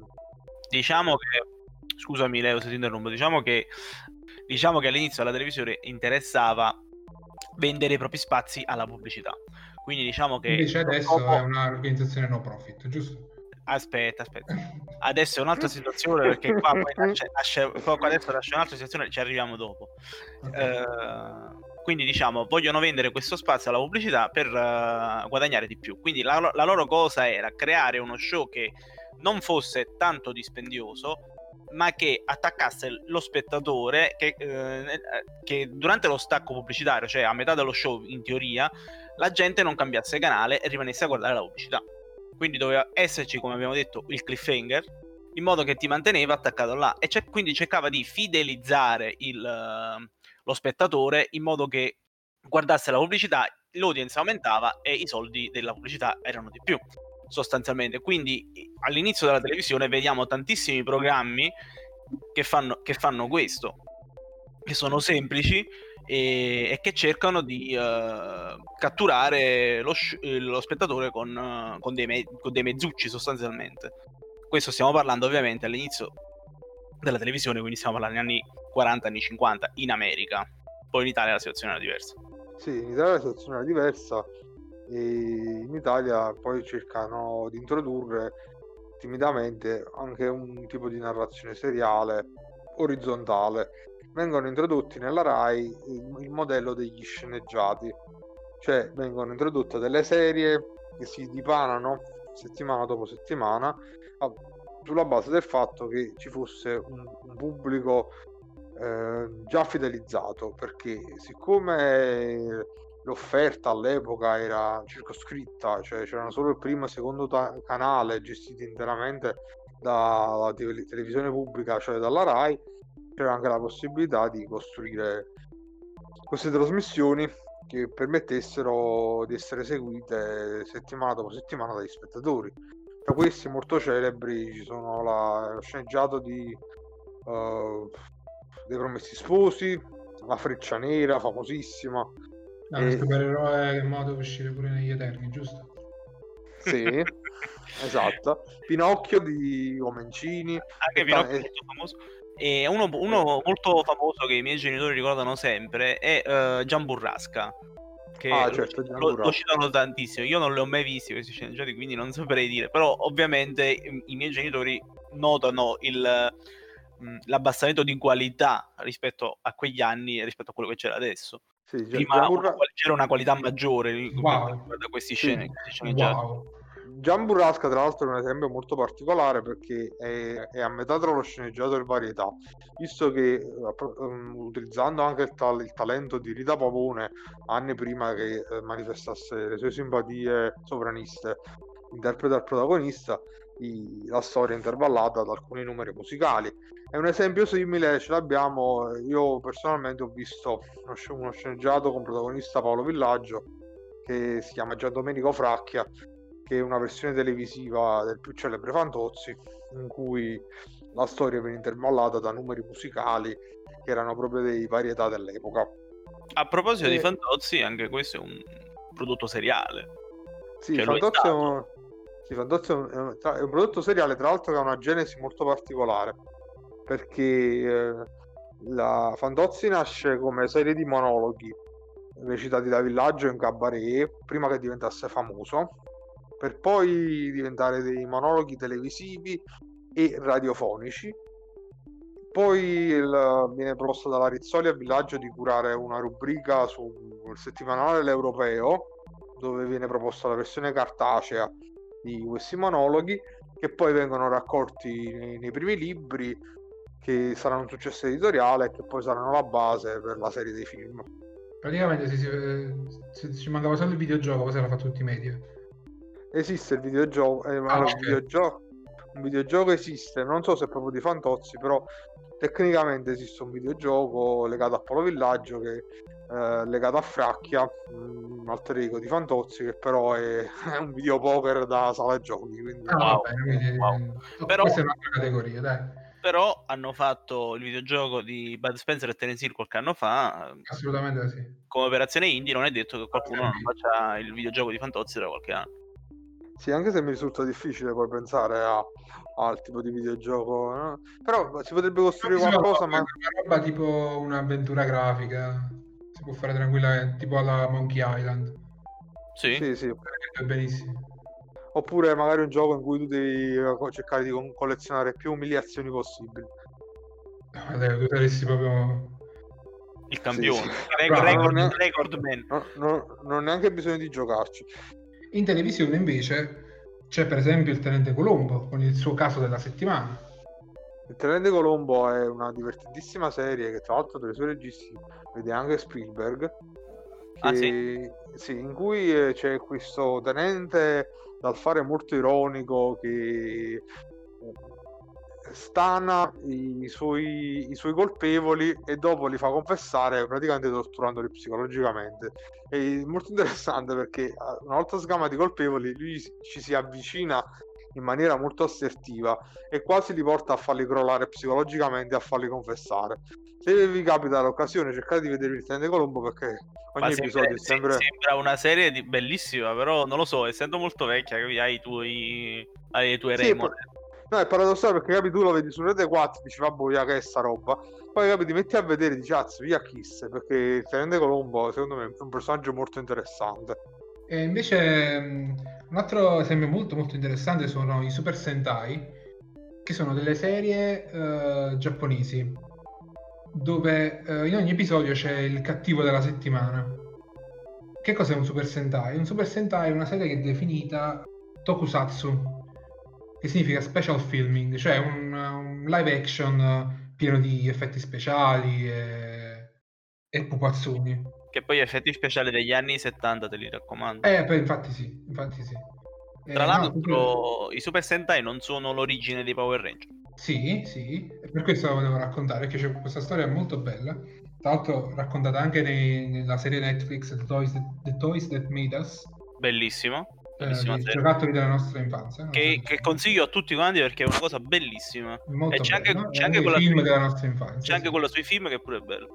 diciamo che, scusami Leo se ti interrompo, diciamo che diciamo che all'inizio la televisione interessava vendere i propri spazi alla pubblicità, quindi diciamo che invece adesso dopo... è un'organizzazione no profit, giusto? Aspetta, aspetta. Adesso è un'altra situazione, perché qua poi nasce, nasce, poi adesso nasce un'altra situazione, ci arriviamo dopo. Okay. Uh, quindi diciamo, vogliono vendere questo spazio alla pubblicità per uh, guadagnare di più. Quindi la, la loro cosa era creare uno show che non fosse tanto dispendioso, ma che attaccasse lo spettatore, che, eh, che durante lo stacco pubblicitario, cioè a metà dello show in teoria, la gente non cambiasse canale e rimanesse a guardare la pubblicità. Quindi doveva esserci, come abbiamo detto, il cliffhanger, in modo che ti manteneva attaccato là, e c- quindi cercava di fidelizzare il, uh, lo spettatore, in modo che guardasse la pubblicità, l'audience aumentava e i soldi della pubblicità erano di più, sostanzialmente. Quindi all'inizio della televisione vediamo tantissimi programmi che fanno, che fanno questo, che sono semplici e, e che cercano di uh, catturare lo, sh- lo spettatore con, uh, con, dei me- con dei mezzucci, sostanzialmente. Questo stiamo parlando ovviamente all'inizio della televisione, quindi stiamo parlando degli anni quaranta, anni cinquanta in America. Poi in Italia la situazione era diversa. Sì, in Italia la situazione era diversa, e in Italia poi cercano di introdurre timidamente anche un tipo di narrazione seriale orizzontale. Vengono introdotti nella Rai il, il modello degli sceneggiati, cioè vengono introdotte delle serie che si dipanano settimana dopo settimana a, sulla base del fatto che ci fosse un, un pubblico eh, già fidelizzato, perché siccome l'offerta all'epoca era circoscritta, cioè c'erano solo il primo e il secondo ta- canale gestiti interamente dalla te- televisione pubblica, cioè dalla Rai, c'era anche la possibilità di costruire queste trasmissioni che permettessero di essere seguite settimana dopo settimana dagli spettatori. Tra questi molto celebri ci sono la, lo sceneggiato di uh, dei Promessi Sposi, La Freccia Nera, famosissima. No, e... un supereroe che modo per uscire pure negli Eterni, giusto? Sì, esatto. Pinocchio di Comencini. Anche Pinocchio è molto famoso. E uno, uno molto famoso che i miei genitori ricordano sempre è uh, Gian Burrasca, che ah, certo, lo, lo citano tantissimo. Io non li ho mai visti questi sceneggiati, quindi non saprei dire, però ovviamente i, i miei genitori notano il, mh, l'abbassamento di qualità rispetto a quegli anni e rispetto a quello che c'era adesso. Sì, prima Gianburra... una, c'era una qualità maggiore wow. da questi sì. scene, sceneggiati. Wow. Gian Burrasca tra l'altro è un esempio molto particolare, perché è, è a metà tra lo sceneggiato e il varietà, visto che um, utilizzando anche il, tal- il talento di Rita Pavone anni prima che eh, manifestasse le sue simpatie sovraniste, interpreta il protagonista, i, la storia è intervallata da alcuni numeri musicali. È un esempio simile, ce l'abbiamo, io personalmente ho visto uno, uno sceneggiato con protagonista Paolo Villaggio che si chiama Gian Domenico Fracchia, che è una versione televisiva del più celebre Fantozzi, in cui la storia viene intervallata da numeri musicali che erano proprio dei varietà dell'epoca. A proposito E- di Fantozzi, anche questo è un prodotto seriale. Sì, Cioè, lo è Fantozzi è stato. un, sì, Fantozzi è un- è un- tra- è un prodotto seriale, tra l'altro che ha una genesi molto particolare, perché eh, la Fantozzi nasce come serie di monologhi recitati da Villaggio in cabaret, prima che diventasse famoso, per poi diventare dei monologhi televisivi e radiofonici. Poi il- viene proposto dalla Rizzoli a Villaggio di curare una rubrica sul settimanale L'Europeo, dove viene proposta la versione cartacea di questi monologhi, che poi vengono raccolti nei, nei primi libri, che saranno un successo editoriale e che poi saranno la base per la serie dei film. Praticamente se, si- eh, se ci mancava solo il videogioco, poi si era fatto tutti i media. Esiste il videogioco, eh, ma Ah, un ok. videogioco, un videogioco esiste, non so se è proprio di Fantozzi, però tecnicamente esiste un videogioco legato a Polo Villaggio che eh, legato a Fracchia, un alter ego di Fantozzi, che però è, è un videopoker da sala giochi, quindi Ah, va Wow, bene, quindi wow. ok, Però, questa è un'altra categoria, dai. però hanno fatto il videogioco di Bud Spencer e Terence Hill qualche anno fa, eh, Assolutamente sì. come operazione indie. Non è detto che qualcuno non Servito. faccia il videogioco di Fantozzi tra qualche anno. sì, anche se mi risulta difficile poi pensare a- al tipo di videogioco, no? Però si potrebbe costruire Però qualcosa, una ma roba tipo un'avventura grafica, si può fare tranquillamente, tipo alla Monkey Island. Sì? sì, sì. Sarebbe benissimo. Oppure magari un gioco in cui tu devi eh, co- cercare di con- collezionare più umiliazioni possibili. Ah, dai, tu saresti proprio... Il Sì, campione. sì. Rec- Bravo, record, Non, ne- record man. non- non- non ho neanche bisogno di giocarci. In televisione invece c'è per esempio il Tenente Colombo con il suo caso della settimana. Il Tenente Colombo è una divertentissima serie che tra l'altro tra i suoi registi vede anche Spielberg, che, Ah, sì? sì, in cui eh, c'è questo tenente dal fare molto ironico che eh, stana i suoi, i suoi colpevoli e dopo li fa confessare praticamente torturandoli psicologicamente. È molto interessante perché eh, una volta sgamati i colpevoli lui si- ci si avvicina in maniera molto assertiva e quasi li porta a farli crollare psicologicamente e a farli confessare. Se vi capita l'occasione cercate di vedere il Tenente Colombo, perché Ma ogni sembra, episodio è se- sempre... sembra una serie di- bellissima, però non lo so, essendo molto vecchia, capi, hai i tuoi, hai le tue Sì, è pa- remore. no, è paradossale perché capi, tu lo vedi su Rete quattro, dici vabbè, via, che è sta roba, poi capi, ti metti a vedere, dici cazzo, via Kiss, perché il Tenente Colombo secondo me è un personaggio molto interessante. E invece mh, un altro esempio molto molto interessante sono i Super Sentai, che sono delle serie eh, giapponesi, dove eh, in ogni episodio c'è il cattivo della settimana. Che cos'è un Super Sentai? Un Super Sentai è una serie che è definita Tokusatsu, che significa special filming, cioè un, un live action pieno di effetti speciali e, e pupazzoni. Che poi effetti speciali degli anni settanta, te li raccomando. Eh, poi infatti sì, infatti sì. Tra Eh, no, l'altro, i Super Sentai non sono l'origine dei Power Ranger. sì, sì, e per questo la volevo raccontare, che c'è questa storia molto bella, tra l'altro raccontata anche nei- nella serie Netflix The Toys That, The Toys That Made Us, Bellissimo, eh, bellissima dei serie. giocattoli della nostra infanzia, non so Che, se che c'è. consiglio a tutti quanti perché è una cosa bellissima. E Molto c'è anche, bello, c'è è anche uno dei quella film sui, della nostra c'è infanzia, anche sì. quella sui film che pure è bello.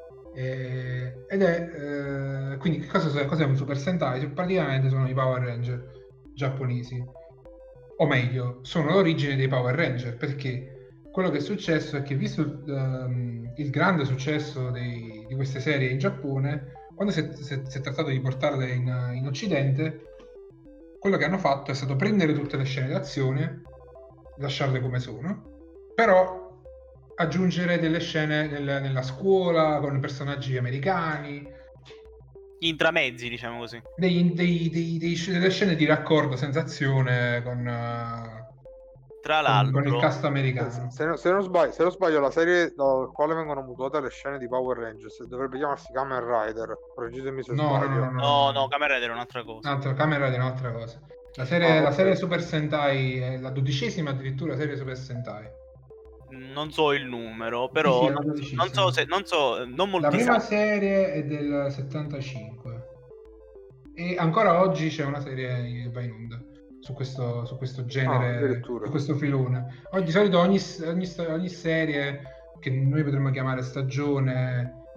Eh, ed è, eh, quindi che cosa, cos'è un Super Sentai? Cioè, praticamente sono i Power Ranger giapponesi, o meglio, sono l'origine dei Power Ranger, perché quello che è successo è che visto il, ehm, il grande successo dei- di queste serie in Giappone, quando si è, si è- si è trattato di portarle in, in Occidente, quello che hanno fatto è stato prendere tutte le scene d'azione, lasciarle come sono, però aggiungere delle scene nel- nella scuola con personaggi americani, Gli intramezzi, diciamo così. dei- dei- dei- dei- delle scene di raccordo senza azione con, eh, Tra con- con il l'altro, cast Se, americano. se- se non sbaglio, se non sbaglio, la serie dal quale vengono mutate le scene di Power Rangers dovrebbe chiamarsi Kamen Rider, correggetemi se No, no, no, no, sbaglio. no, no, no, no, no. Kamen Rider è un'altra cosa. Un'altra camera di un'altra cosa. La serie, Ah, la ok. serie Super Sentai è la dodicesima addirittura serie Super Sentai. Non so il numero, Sì, però sì, è la non, non dodicesima. so se, non so, non La molti prima sanno. serie è del settantacinque e ancora oggi c'è una serie che va in onda su questo, su questo Ah, genere, addirittura. su questo filone. Oggi, di solito ogni, ogni, ogni serie che noi potremmo chiamare stagione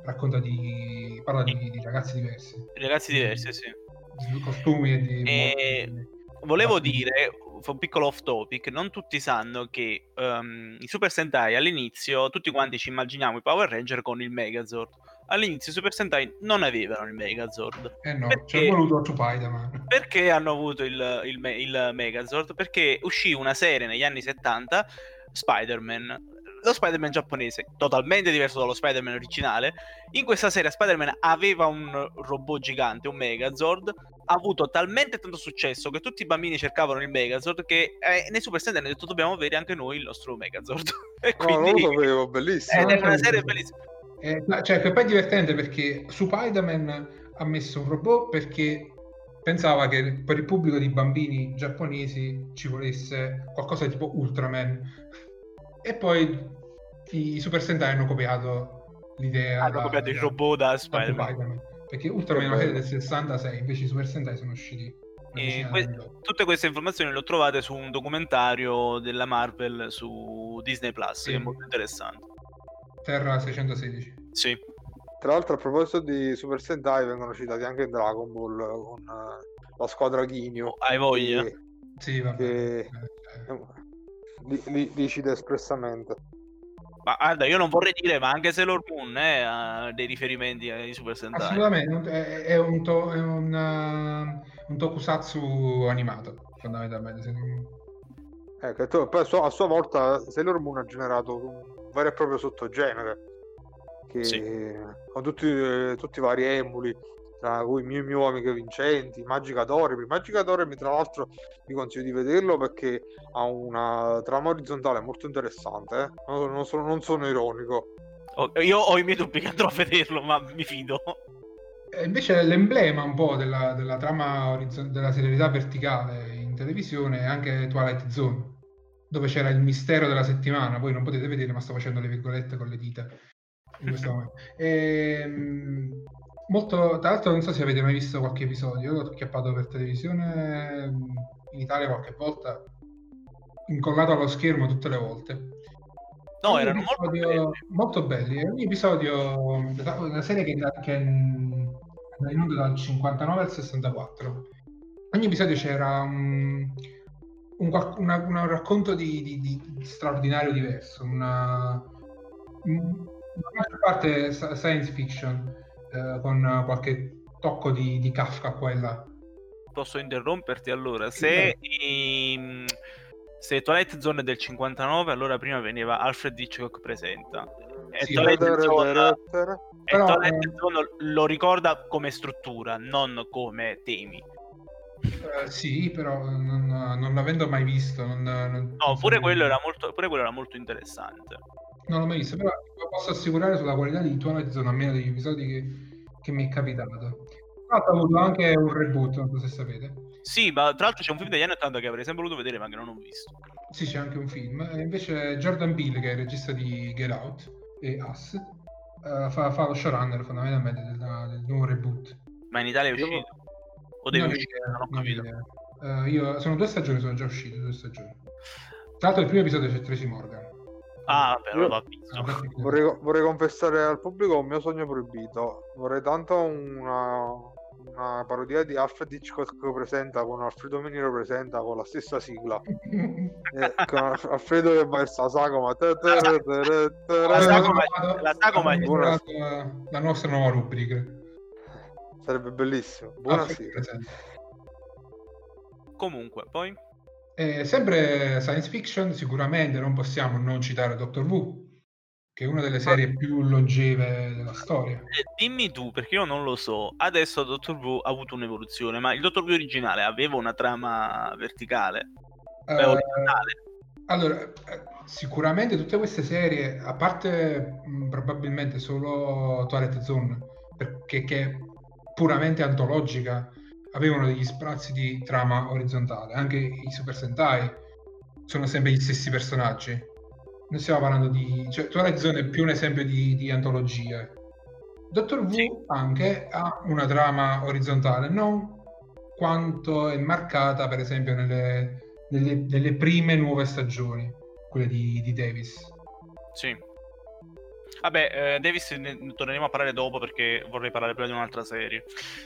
racconta di parla di, di ragazzi diversi. Ragazzi diversi, sì. Di costumi e di... E molti- volevo molti- dire, fa un piccolo off topic, non tutti sanno che um, i Super Sentai all'inizio, tutti quanti ci immaginiamo i Power Ranger con il Megazord. All'inizio i Super Sentai non avevano il Megazord. Eh no, Perché? ci è voluto Spider-Man. Perché hanno avuto il, il, me- il Megazord? Perché uscì una serie negli anni settanta, Spider-Man. Lo Spider-Man giapponese, totalmente diverso dallo Spider-Man originale. In questa serie Spider-Man aveva un robot gigante, un Megazord. Ha avuto talmente tanto successo che tutti i bambini cercavano il Megazord che eh, nei Super Sentai hanno detto dobbiamo avere anche noi il nostro Megazord. E No, non quindi lo sapevo, bellissimo. ed è una Non serie sapevo. bellissima. Eh, ma- cioè, che poi è divertente perché Spider-Man ha messo un robot perché pensava che per il pubblico di bambini giapponesi ci volesse qualcosa tipo Ultraman. E poi i Super Sentai hanno copiato l'idea Hanno da, copiato il da- robot da da Spider-Man. Spider-Man. Perché Ultraman è Che una serie bello. del sessantasei, invece i Super Sentai sono usciti una E decina que- d'anni dopo. tutte queste informazioni le ho trovate su un documentario della Marvel su Disney Plus, Sì. che è molto interessante. Terra seicentosedici. Sì. Tra l'altro, a proposito di Super Sentai, vengono citati anche in Dragon Ball con eh, la squadra Ginyu. Oh, hai voglia? Che, Sì, vabbè. che Eh, eh. li, li- li cita espressamente. Ma guarda, io non vorrei dire, ma anche Sailor Moon eh, ha dei riferimenti ai Super Sentai. Assolutamente, un- è, è un, to- è un, uh, un tokusatsu animato, fondamentalmente. se non- Ecco, e tu- poi a sua, a sua volta Sailor Moon ha generato un vero e proprio sottogenere che Sì. con tutti, eh, tutti i vari emuli, tra cui Miu Miu Amiche Vincenti, Magica Doremi. Magica Doremi, tra l'altro, vi consiglio di vederlo perché ha una trama orizzontale molto interessante. eh. Non, non sono, non sono ironico. Oh, io ho i miei dubbi che andrò a vederlo, ma mi fido. E invece l'emblema un po' della, della trama orizzon- della serialità verticale in televisione è anche Twilight Zone, dove c'era il mistero della settimana. Voi non potete vedere, ma sto facendo le virgolette con le dita in questo momento. Ehm, molto, tra l'altro, non so se avete mai visto qualche episodio. Io l'ho chiappato per televisione mh, in Italia qualche volta, incollato allo schermo tutte le volte. No, Ogni erano molto episodio belli. molto belli. E ogni episodio, una serie che, che è in è in onda dal cinquantanove al sessantaquattro. Ogni episodio c'era un, un, qual- una- una- un racconto di, di- di straordinario diverso, una, un- una maggior parte sa- science fiction, eh, con qualche tocco di, di Kafka qua e là. Posso interromperti allora? Sì, Se, beh. i- se Twilight Zone è del cinquantanove, allora prima veniva Alfred Hitchcock presenta. E Sì, Twilight Alfred- Zone, Tere- e Però, Twilight eh, Zone lo ricorda come struttura, non come temi. Eh, sì, però non, non l'avendo mai visto, non, non- non No, pure saprei- quello era molto, pure quello era molto interessante. non l'ho mai visto, però posso assicurare sulla qualità di Twilight Zone, almeno degli episodi che, che mi è capitato. Tra l'altro ha avuto anche un reboot, non so se sapete. Sì, ma tra l'altro c'è un film degli anni ottanta che avrei sempre voluto vedere, ma che non ho visto. Sì, c'è anche un film. E invece Jordan Peele, che è il regista di Get Out e Us, eh, fa, fa lo showrunner fondamentalmente del, del nuovo reboot. Ma in Italia è Io- uscito? O deve Non ho uscire? idea, Non ho non ho capito. idea. Eh, io, sono due stagioni, sono già uscite, due stagioni. Tra l'altro il primo episodio c'è Tracy Morgan. Ah, però Io- l'ho visto. Ah, perché- Vorrei, vorrei confessare al pubblico un mio sogno proibito. Vorrei tanto una, una parodia di Alfred Hitchcock presenta con Alfredo Meniro presenta con la stessa sigla. Eh, con Alfredo che va il sagoma. La sagoma- la sagoma- Buona- la, la nostra nuova rubrica. Sarebbe bellissimo. Buona Alfred sigla. presenta. Comunque, poi... Eh, sempre science fiction, sicuramente non possiamo non citare Doctor Who, che è una delle serie più longeve della storia. Eh, dimmi tu, perché io non lo so. Adesso Doctor Who ha avuto un'evoluzione, ma il Doctor Who originale aveva una trama verticale? Eh, Beh, orizzontale. allora, eh, sicuramente tutte queste serie, a parte mh, probabilmente solo Twilight Zone, perché che è puramente antologica, avevano degli sprazzi di trama orizzontale. Anche i Super Sentai sono sempre gli stessi personaggi. Noi stiamo parlando di... cioè, Twilight Zone è più un esempio di, di antologia. Doctor Who Sì. anche ha una trama orizzontale, non quanto è marcata, per esempio, nelle, nelle, nelle prime nuove stagioni, quelle di, di Davis. Sì. Vabbè, eh, Davis ne torneremo a parlare dopo perché vorrei parlare prima di un'altra serie.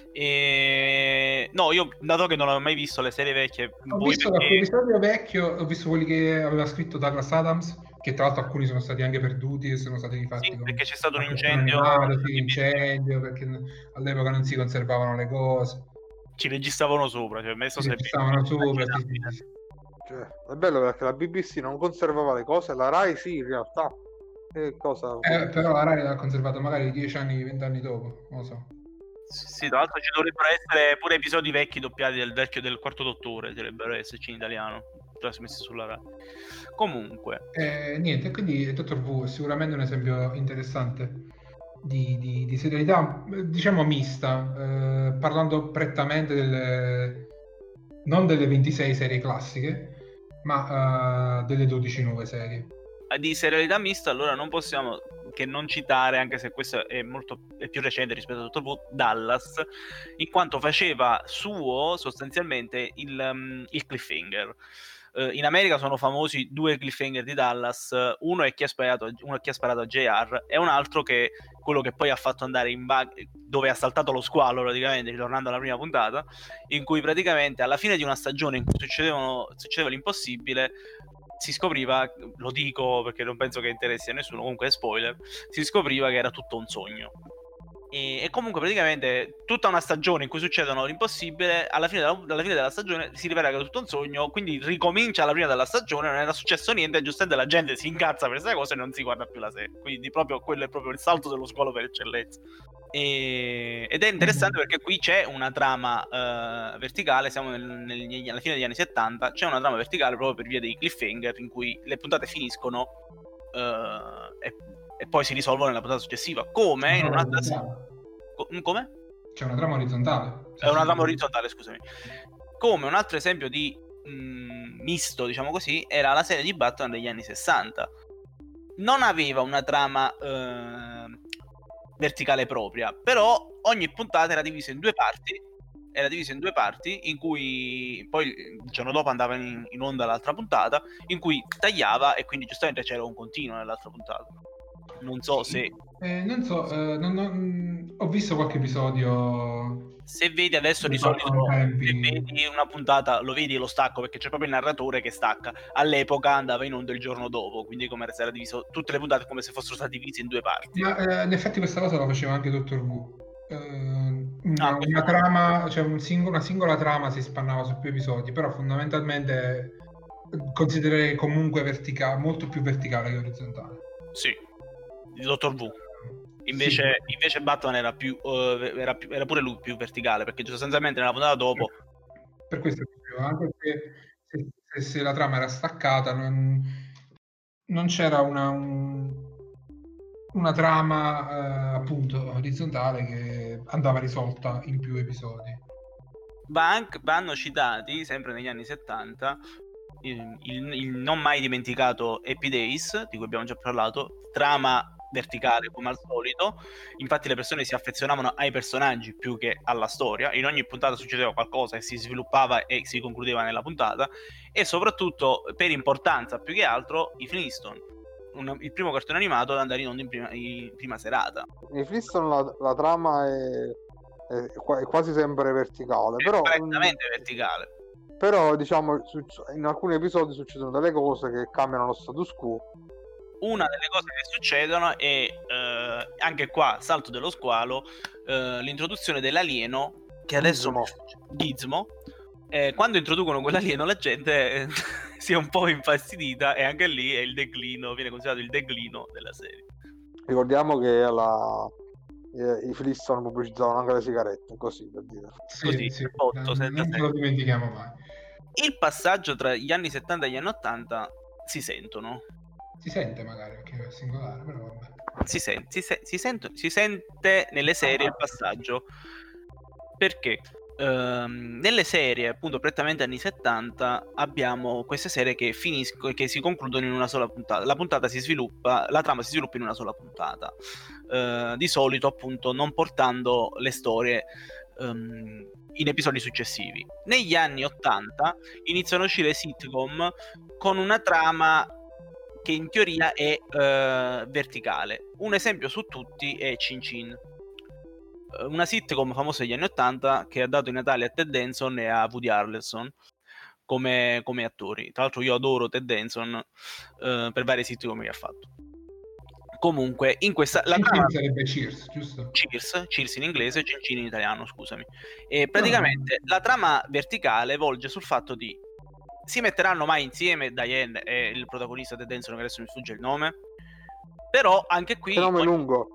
E... No, io, dato che non avevo mai visto le serie vecchie... Ho voi visto perché... qualche episodio vecchio, ho visto quelli che aveva scritto Douglas Adams, che tra l'altro alcuni sono stati anche perduti e sono stati rifatti Sì, con perché c'è stato un a cartone incendio... animato, sì, incendio, perché all'epoca non si conservavano le cose. Ci registravano sopra, cioè messo Si se registravano sopra, sì, sì, sì. Cioè, è bello perché la B B C non conservava le cose, la Rai sì, in realtà. Che cosa? Eh, però la Rai l'ha conservato magari dieci anni, venti anni dopo, non lo so. Sì, sì, tra l'altro ci dovrebbero essere pure episodi vecchi doppiati del vecchio del Quarto Dottore, dovrebbero esserci in italiano, trasmessi sulla Rai. Comunque... Eh, niente, quindi Doctor Who è sicuramente un esempio interessante di, di, di serialità, diciamo mista, eh, parlando prettamente delle, non delle ventisei serie classiche, ma uh, delle dodici nuove serie. Di serialità mista, allora non possiamo che non citare, anche se questo è molto è più recente rispetto a Doctor Who, Dallas, in quanto faceva suo sostanzialmente il, um, il cliffhanger. Uh, in America sono famosi due cliffhanger di Dallas, uno è chi ha sparato, uno è chi ha sparato a J R e un altro che quello che poi ha fatto andare in bug, dove ha saltato lo squalo praticamente, ritornando alla prima puntata, in cui praticamente alla fine di una stagione in cui succedevano, succedeva l'impossibile, si scopriva, lo dico perché non penso che interessi a nessuno, comunque è spoiler, si scopriva che era tutto un sogno. E, e comunque praticamente tutta una stagione in cui succedono l'impossibile, alla fine, della, alla fine della stagione si rivela che è tutto un sogno, quindi ricomincia alla prima della stagione, non era successo niente, e giustamente la gente si incazza per questa cosa e non si guarda più la serie. Quindi proprio quello è proprio il salto dello squalo per eccellenza. E, ed è interessante perché qui c'è una trama uh, verticale, siamo nel, nel, alla fine degli anni settanta, c'è una trama verticale proprio per via dei cliffhanger in cui le puntate finiscono uh, e, e poi si risolvono nella puntata successiva, come in un'altra co- come? C'è una trama orizzontale. È una trama orizzontale, scusami. Come un altro esempio di mh, misto, diciamo così, era la serie di Batman degli anni sessanta. Non aveva una trama uh, verticale propria, però ogni puntata era divisa in due parti, era divisa in due parti in cui poi il giorno dopo andava in, in onda l'altra puntata, in cui tagliava e quindi giustamente c'era un continuo nell'altra puntata. Non so se eh, non so, eh, non, non, ho visto qualche episodio. Se vedi adesso di solito, se vedi una puntata, lo vedi lo stacco perché c'è proprio il narratore che stacca. All'epoca andava in onda il giorno dopo, quindi come era diviso tutte le puntate come se fossero state divise in due parti. Ma eh, in effetti questa cosa la faceva anche Doctor Who. Eh, una, ah, una trama, cioè un singolo, una singola trama si spannava su più episodi, però fondamentalmente considererei comunque verticale, molto più verticale che orizzontale. Sì, di Doctor Who. Invece, sì. invece Batman era più, uh, era più era pure lui più verticale, perché sostanzialmente nella puntata dopo, per questo anche perché se, se, se la trama era staccata non, non c'era una un, una trama uh, appunto orizzontale che andava risolta in più episodi. Bank vanno citati sempre negli anni settanta il, il, il non mai dimenticato Happy Days, di cui abbiamo già parlato, trama verticale come al solito, infatti le persone si affezionavano ai personaggi più che alla storia, in ogni puntata succedeva qualcosa e si sviluppava e si concludeva nella puntata, e soprattutto per importanza più che altro i Flintstone, un, il primo cartone animato ad andare in onda in prima, in prima serata. I Flintstone la, la trama è, è, è quasi sempre verticale, è però correttamente verticale. Però diciamo in alcuni episodi succedono delle cose che cambiano lo status quo. Una delle cose che succedono è eh, anche qua, salto dello squalo, eh, l'introduzione dell'alieno che adesso Gizmo, Gizmo eh, quando introducono quell'alieno la gente eh, si è un po' infastidita, e anche lì è il declino, viene considerato il declino della serie. Ricordiamo che alla i Flintstone pubblicizzavano anche le sigarette, così per dire. Sì, così, sì, botto, non, non ce lo dimentichiamo mai. Il passaggio tra gli anni settanta e gli anni ottanta si sentono. Si sente magari perché è singolare, però vabbè. Si sente, si, se, si, sente, si sente nelle serie il passaggio. Perché? Um, nelle serie appunto prettamente anni settanta abbiamo queste serie che finiscono e che si concludono in una sola puntata. La puntata si sviluppa, la trama si sviluppa in una sola puntata, uh, di solito appunto non portando le storie um, in episodi successivi. Negli anni ottanta iniziano a uscire sitcom con una trama che in teoria è uh, verticale. Un esempio su tutti è Chin Chin, una sitcom famosa degli anni ottanta che ha dato i Natali a Ted Danson e a Woody Harrelson come, come attori. Tra l'altro io adoro Ted Danson uh, per varie sitcom che ha fatto. Comunque in questa la trama sarebbe Cheers, giusto? Cheers, Cheers in inglese, Chin Chin in italiano, scusami. E praticamente no. La trama verticale volge sul fatto di si metteranno mai insieme Diane e il protagonista Ted Danson, che adesso mi sfugge il nome, però anche qui che nome ogni... lungo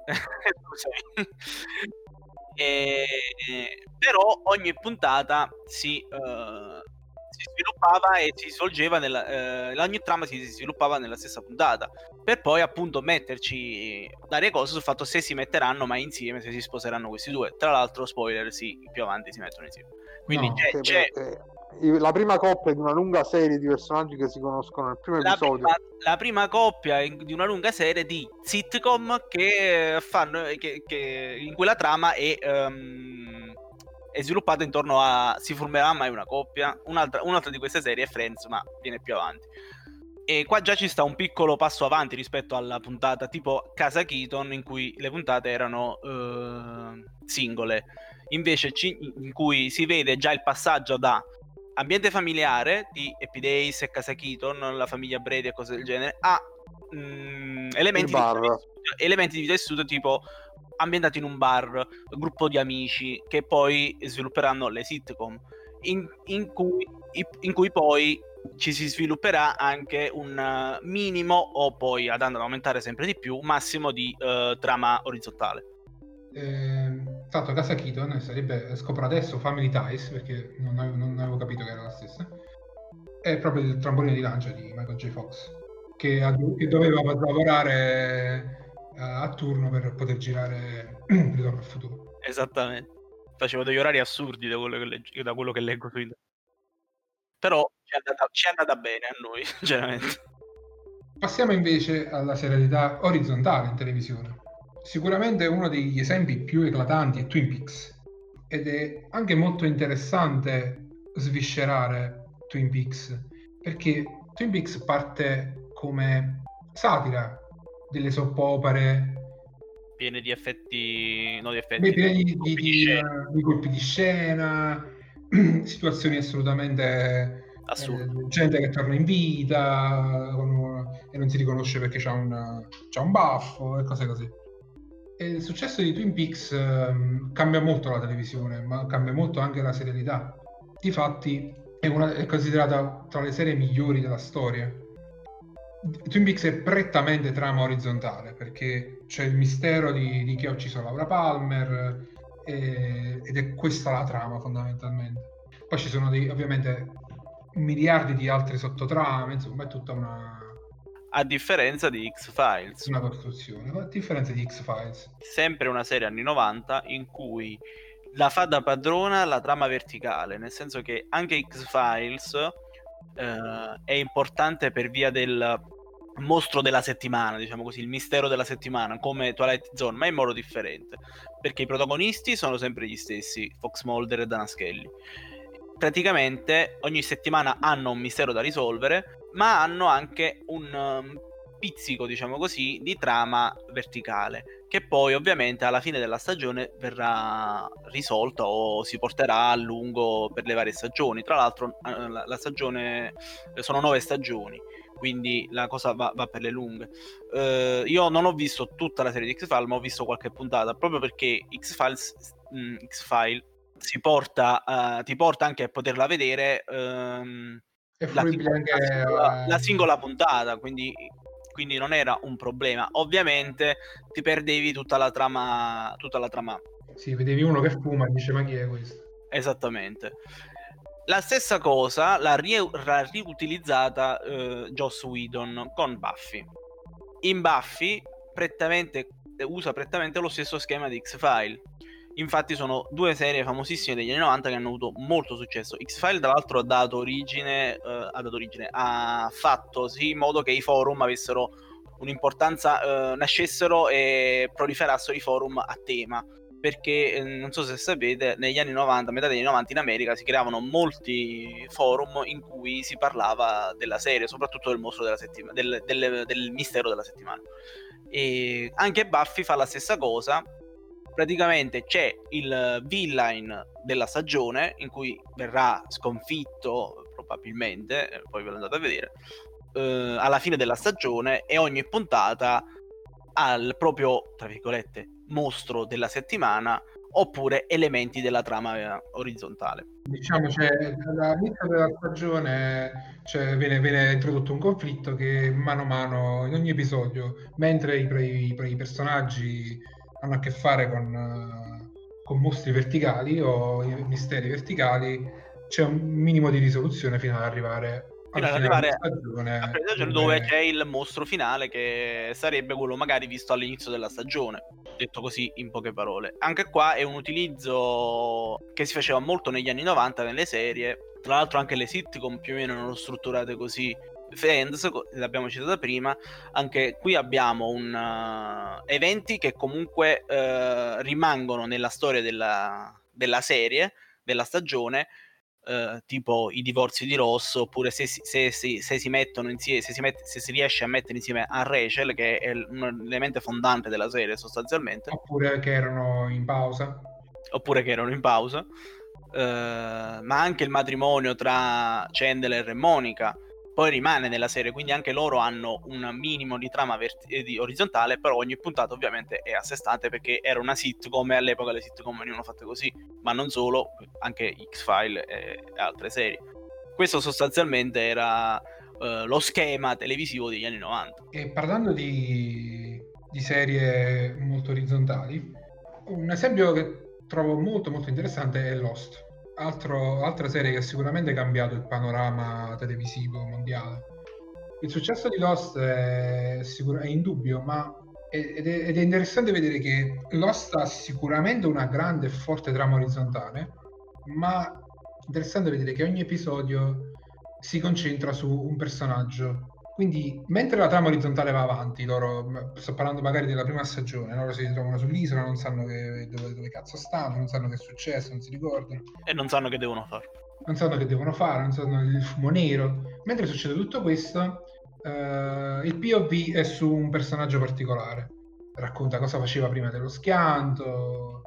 e... però ogni puntata si uh... si sviluppava e si svolgeva nella, eh, ogni trama si sviluppava nella stessa puntata, per poi appunto metterci varie cose sul fatto se si metteranno mai insieme, se si sposeranno questi due. Tra l'altro, spoiler, sì, più avanti si mettono insieme. Quindi no, c'è, c'è... la prima coppia di una lunga serie di personaggi che si conoscono nel primo la episodio. Prima, la prima coppia in, di una lunga serie di sitcom che fanno che, che in cui la trama è um, è sviluppata intorno a si formerà mai una coppia. Un'altra, un'altra di queste serie è Friends, ma viene più avanti. E qua già ci sta un piccolo passo avanti rispetto alla puntata tipo Casa Keaton, in cui le puntate erano uh, singole, invece ci, in cui si vede già il passaggio da ambiente familiare di Happy Days e Casa Keaton, la famiglia Brady e cose del genere, a mh, elementi, di vita, elementi di vita vissuto tipo ambientati in un bar, gruppo di amici che poi svilupperanno le sitcom, in, in, cui, in cui poi ci si svilupperà anche un minimo, o poi andando ad aumentare sempre di più, massimo di uh, trama orizzontale. Eh, tanto Casa Keaton sarebbe, scopro adesso, Family Ties, perché non avevo, non avevo capito che era la stessa, è proprio il trampolino di lancio di Michael J. Fox, che, che doveva lavorare a turno per poter girare Ritorno al futuro. Esattamente, facevo degli orari assurdi da quello che, leggo, da quello che leggo su internet. Però ci è andata, ci è andata bene a noi, sinceramente. Passiamo invece alla serialità orizzontale in televisione. Sicuramente uno degli esempi più eclatanti è Twin Peaks, ed è anche molto interessante sviscerare Twin Peaks, perché Twin Peaks parte come satira delle soap opere piene di effetti, no di effetti, beh, pieni di, di, di, di colpi di scena, situazioni assolutamente assurde, eh, gente che torna in vita con, e non si riconosce perché c'ha un, c'ha un baffo e cose così. E il successo di Twin Peaks um, cambia molto la televisione, ma cambia molto anche la serialità. Difatti è, una, è considerata tra le serie migliori della storia. Twin Peaks è prettamente trama orizzontale, perché c'è il mistero di, di chi ha ucciso Laura Palmer, e, ed è questa la trama fondamentalmente. Poi ci sono dei, ovviamente miliardi di altre sottotrame, insomma è tutta una... A differenza di X-Files. Una costruzione, a differenza di X-Files. Sempre una serie anni novanta in cui la fa da padrona la trama verticale, nel senso che anche X-Files eh, è importante per via del mostro della settimana, diciamo così, il mistero della settimana, come Twilight Zone, ma in modo differente, perché i protagonisti sono sempre gli stessi, Fox Mulder e Dana Scully. Praticamente ogni settimana hanno un mistero da risolvere, ma hanno anche un um, pizzico, diciamo così, di trama verticale, che poi ovviamente alla fine della stagione verrà risolta o si porterà a lungo per le varie stagioni. Tra l'altro la, la stagione sono nove stagioni, quindi la cosa va, va per le lunghe. Uh, io non ho visto tutta la serie di X-Files, ma ho visto qualche puntata, proprio perché X-Files mh, X-File si porta, uh, ti porta anche a poterla vedere um, la, singola, anche, la, singola, uh... la singola puntata, quindi, quindi non era un problema. Ovviamente ti perdevi tutta la trama, tutta la trama. Sì, vedevi uno che fuma e dice ma chi è questo? Esattamente. La stessa cosa l'ha, ri- l'ha riutilizzata uh, Joss Whedon con Buffy. In Buffy prettamente, usa prettamente lo stesso schema di X-File. Infatti sono due serie famosissime degli anni novanta che hanno avuto molto successo. X-File tra l'altro ha dato origine, uh, ha dato origine, ha fatto sì in modo che i forum avessero un'importanza, uh, nascessero e proliferassero i forum a tema. perché eh, non so se sapete, negli anni novanta, a metà degli anni novanta in America si creavano molti forum in cui si parlava della serie, soprattutto del mostro della settimana, del, del, del mistero della settimana. E anche Buffy fa la stessa cosa. Praticamente c'è il villain della stagione in cui verrà sconfitto probabilmente, poi ve lo andate a vedere, eh, alla fine della stagione, e ogni puntata ha il proprio, tra virgolette, mostro della settimana oppure elementi della trama orizzontale. Diciamo, cioè, all'inizio della stagione cioè, viene, viene introdotto un conflitto che mano a mano, in ogni episodio, mentre i, i, i personaggi hanno a che fare con, con mostri verticali o misteri verticali, c'è un minimo di risoluzione fino ad arrivare fino ad arrivare a stagione dove... dove c'è il mostro finale, che sarebbe quello magari visto all'inizio della stagione, detto così in poche parole. Anche qua è un utilizzo che si faceva molto negli anni novanta nelle serie, tra l'altro anche le sitcom più o meno erano strutturate così. Friends, l'abbiamo citata prima, anche qui abbiamo un uh, eventi che comunque uh, rimangono nella storia della, della serie, della stagione, Uh, tipo i divorzi di Ross, oppure se, se, se, se si mettono insieme, se si, mette, se si riesce a mettere insieme a Rachel, che è un elemento fondante della serie sostanzialmente, oppure che erano in pausa oppure che erano in pausa uh, ma anche il matrimonio tra Chandler e Monica poi rimane nella serie, quindi anche loro hanno un minimo di trama vert- di orizzontale, però ogni puntata ovviamente è a sé stante, perché era una sitcom e all'epoca le sitcom venivano fatte così, ma non solo, anche X-Files e altre serie. Questo sostanzialmente era uh, lo schema televisivo degli anni novanta. E parlando di, di serie molto orizzontali, un esempio che trovo molto molto interessante è Lost. Altro, altra serie che ha sicuramente cambiato il panorama televisivo mondiale. Il successo di Lost è, sicur- è indubbio, ma è, ed, è, ed è interessante vedere che Lost ha sicuramente una grande e forte trama orizzontale, ma è interessante vedere che ogni episodio si concentra su un personaggio. Quindi, mentre la trama orizzontale va avanti, loro, sto parlando magari della prima stagione, loro si trovano sull'isola, non sanno che, dove, dove cazzo stanno, non sanno che è successo, non si ricordano. E non sanno che devono fare. Non sanno che devono fare, non sanno il fumo nero. Mentre succede tutto questo, eh, il P O V è su un personaggio particolare. Racconta cosa faceva prima dello schianto,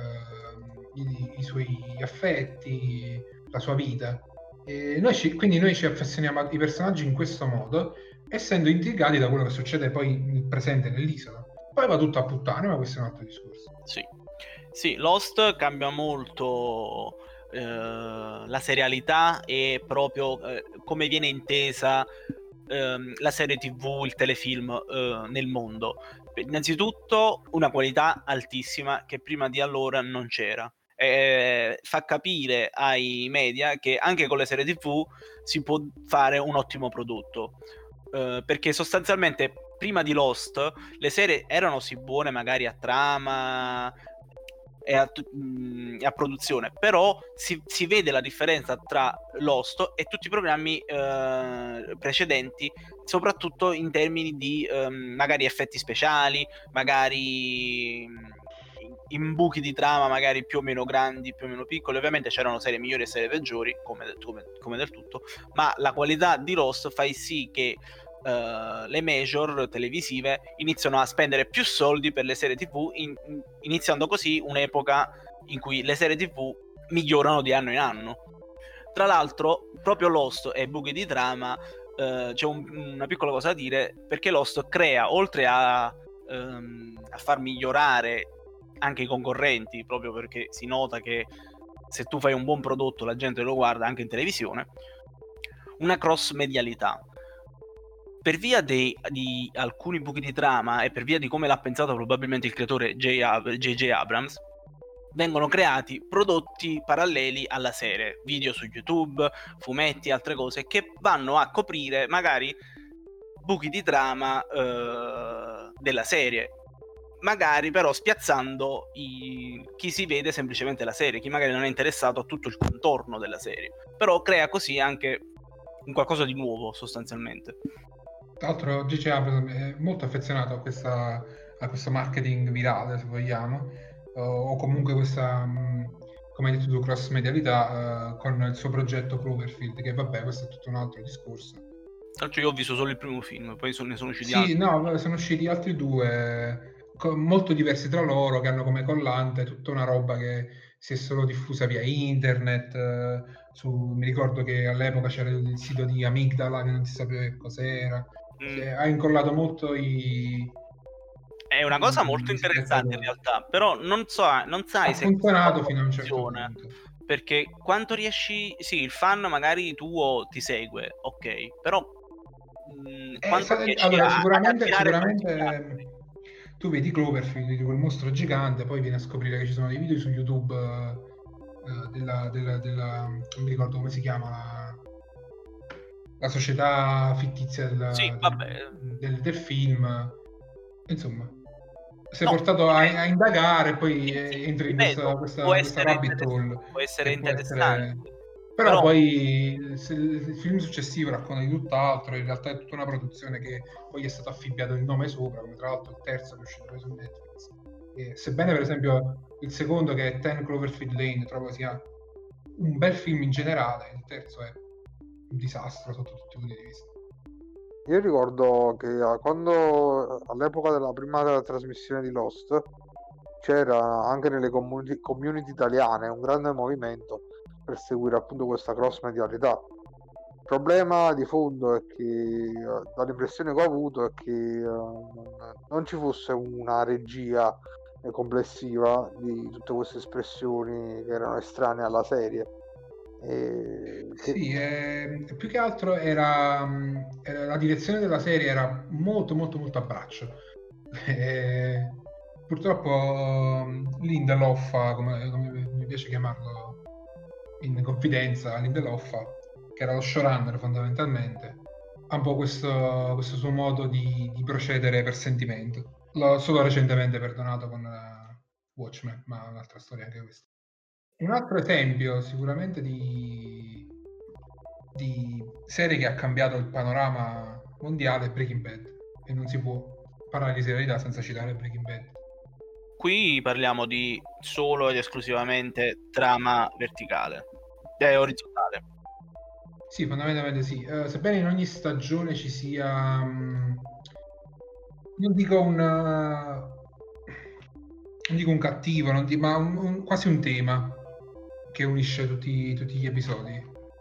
eh, i, i suoi affetti, la sua vita. E noi ci, quindi noi ci affezioniamo ai personaggi in questo modo, essendo intrigati da quello che succede poi nel presente nell'isola. Poi va tutto a puttane, ma questo è un altro discorso. Sì, sì, Lost cambia molto eh, la serialità e proprio eh, come viene intesa eh, la serie tivù, il telefilm eh, nel mondo. Innanzitutto una qualità altissima che prima di allora non c'era. Eh, fa capire ai media che anche con le serie tivù si può fare un ottimo prodotto, eh, perché sostanzialmente prima di Lost le serie erano sì buone magari a trama e a, mh, a produzione, però si, si vede la differenza tra Lost e tutti i programmi eh, precedenti, soprattutto in termini di eh, magari effetti speciali, magari in buchi di trama magari più o meno grandi, più o meno piccoli. Ovviamente c'erano serie migliori e serie peggiori, come, come, come del tutto, ma la qualità di Lost fa sì che uh, le major televisive iniziano a spendere più soldi per le serie tivù, in, in, iniziando così un'epoca in cui le serie tivù migliorano di anno in anno. Tra l'altro proprio Lost e buchi di trama, uh, c'è un, una piccola cosa da dire, perché Lost crea, oltre a, um, a far migliorare anche i concorrenti, proprio perché si nota che se tu fai un buon prodotto la gente lo guarda anche in televisione, una cross medialità. Per via dei, di alcuni buchi di trama e per via di come l'ha pensato probabilmente il creatore J J Abrams, vengono creati prodotti paralleli alla serie, video su YouTube, fumetti, altre cose che vanno a coprire magari buchi di trama eh, della serie, magari però spiazzando i... chi si vede semplicemente la serie, chi magari non è interessato a tutto il contorno della serie, però crea così anche un qualcosa di nuovo sostanzialmente. Tra l'altro J J Abrams è molto affezionato a, questa, a questo marketing virale, se vogliamo, o comunque questa, mh, come hai detto tu, cross medialità uh, con il suo progetto Cloverfield, che vabbè, questo è tutto un altro discorso. Tanto io ho visto solo il primo film, poi sono, ne sono usciti sì, altri. no, sono usciti altri due co- molto diversi tra loro, che hanno come collante tutta una roba che si è solo diffusa via internet. eh, su, mi ricordo che all'epoca c'era il sito di Amigdala che non si sapeva che cos'era. Mm. Si è- ha incollato molto i... È una cosa i- molto i interessante in spettatori. realtà, però non so, non sai Ha se questa funzionato cosa fino a un certo funziona, punto. perché quanto riesci, sì, il fan magari tuo ti segue, ok, però mh, Eh, quanto sa- riesci allora, a, ad sicuramente, attirare tutti gli sicuramente altri? tu vedi Cloverfield, di quel mostro gigante, poi vieni a scoprire che ci sono dei video su YouTube eh, della, della, della- non mi ricordo come si chiama, la, la società fittizia del, Sì, del, vabbè. del- del film. Insomma, sei No, portato a, a ripeto, indagare, poi sì, eh, sì, entri in questa, ripeto, può questa, questa essere rabbit interess- hole può essere che può essere... interessante, Però però poi se il film successivo racconta di tutt'altro, in realtà è tutta una produzione che poi è stato affibbiato il nome sopra, come tra l'altro il terzo che è uscito poi su Netflix. E sebbene per esempio il secondo, che è Ten Cloverfield Lane, trovo sia un bel film in generale, il terzo è un disastro sotto tutti i punti di vista. Io ricordo che eh, quando all'epoca della prima trasmissione di Lost c'era anche nelle community, community italiane un grande movimento per seguire appunto questa cross medialità. Il problema di fondo è che eh, dall'impressione che ho avuto è che eh, non, non ci fosse una regia eh, complessiva di tutte queste espressioni che erano estranee alla serie. E che- Sì, eh, più che altro era, mh, era- la direzione della serie era molto molto molto a braccio. Eh, purtroppo mh, Lindelof, come, come mi piace chiamarlo in confidenza, Lindelof, che era lo showrunner fondamentalmente, ha un po' questo, questo suo modo di, di procedere per sentimento. L'ho solo recentemente perdonato con eh, Watchmen, ma è un'altra storia anche questa. Un altro esempio sicuramente di, di serie che ha cambiato il panorama mondiale è Breaking Bad, e non si può parlare di serialità senza citare Breaking Bad. qui parliamo di solo ed esclusivamente trama verticale, eh, orizzontale. Sì, fondamentalmente sì. Eh, sebbene in ogni stagione ci sia, mh, non dico un, uh, non dico un cattivo, non di- ma un- un- quasi un tema che unisce tutti, tutti gli episodi.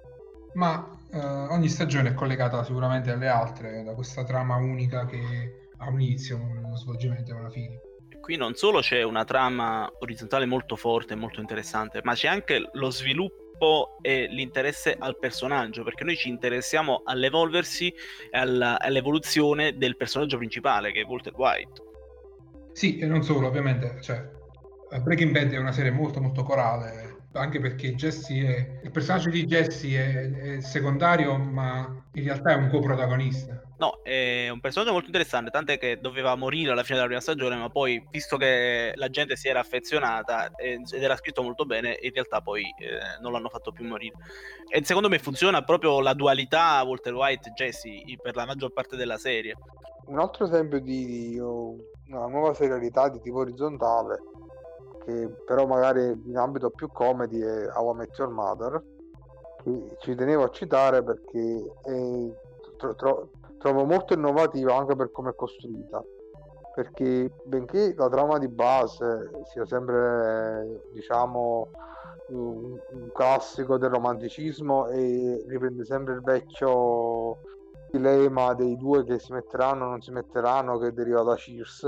Ma eh, ogni stagione è collegata sicuramente alle altre da questa trama unica che ha un inizio, uno svolgimento e una fine. Qui non solo c'è una trama orizzontale molto forte e molto interessante, ma c'è anche lo sviluppo e l'interesse al personaggio, perché noi ci interessiamo all'evolversi e alla- all'evoluzione del personaggio principale, che è Walter White. Sì, e non solo, ovviamente, cioè, Breaking Bad è una serie molto molto corale, anche perché Jesse è, il personaggio di Jesse è, è secondario, ma in realtà è un coprotagonista. No, è un personaggio molto interessante, tant'è che doveva morire alla fine della prima stagione, ma poi, visto che la gente si era affezionata eh, ed era scritto molto bene, in realtà poi eh, non l'hanno fatto più morire. E secondo me funziona proprio la dualità Walter White-Jesse per la maggior parte della serie. Un altro esempio di uh, una nuova serialità di tipo orizzontale, che però magari in ambito più comedy, è How I Met Your Mother, che ci tenevo a citare perché è, tro- tro- trovo molto innovativa anche per come è costruita, perché benché la trama di base sia sempre, diciamo, un, un classico del romanticismo e riprende sempre il vecchio dilemma dei due che si metteranno o non si metteranno, che deriva da Cheers,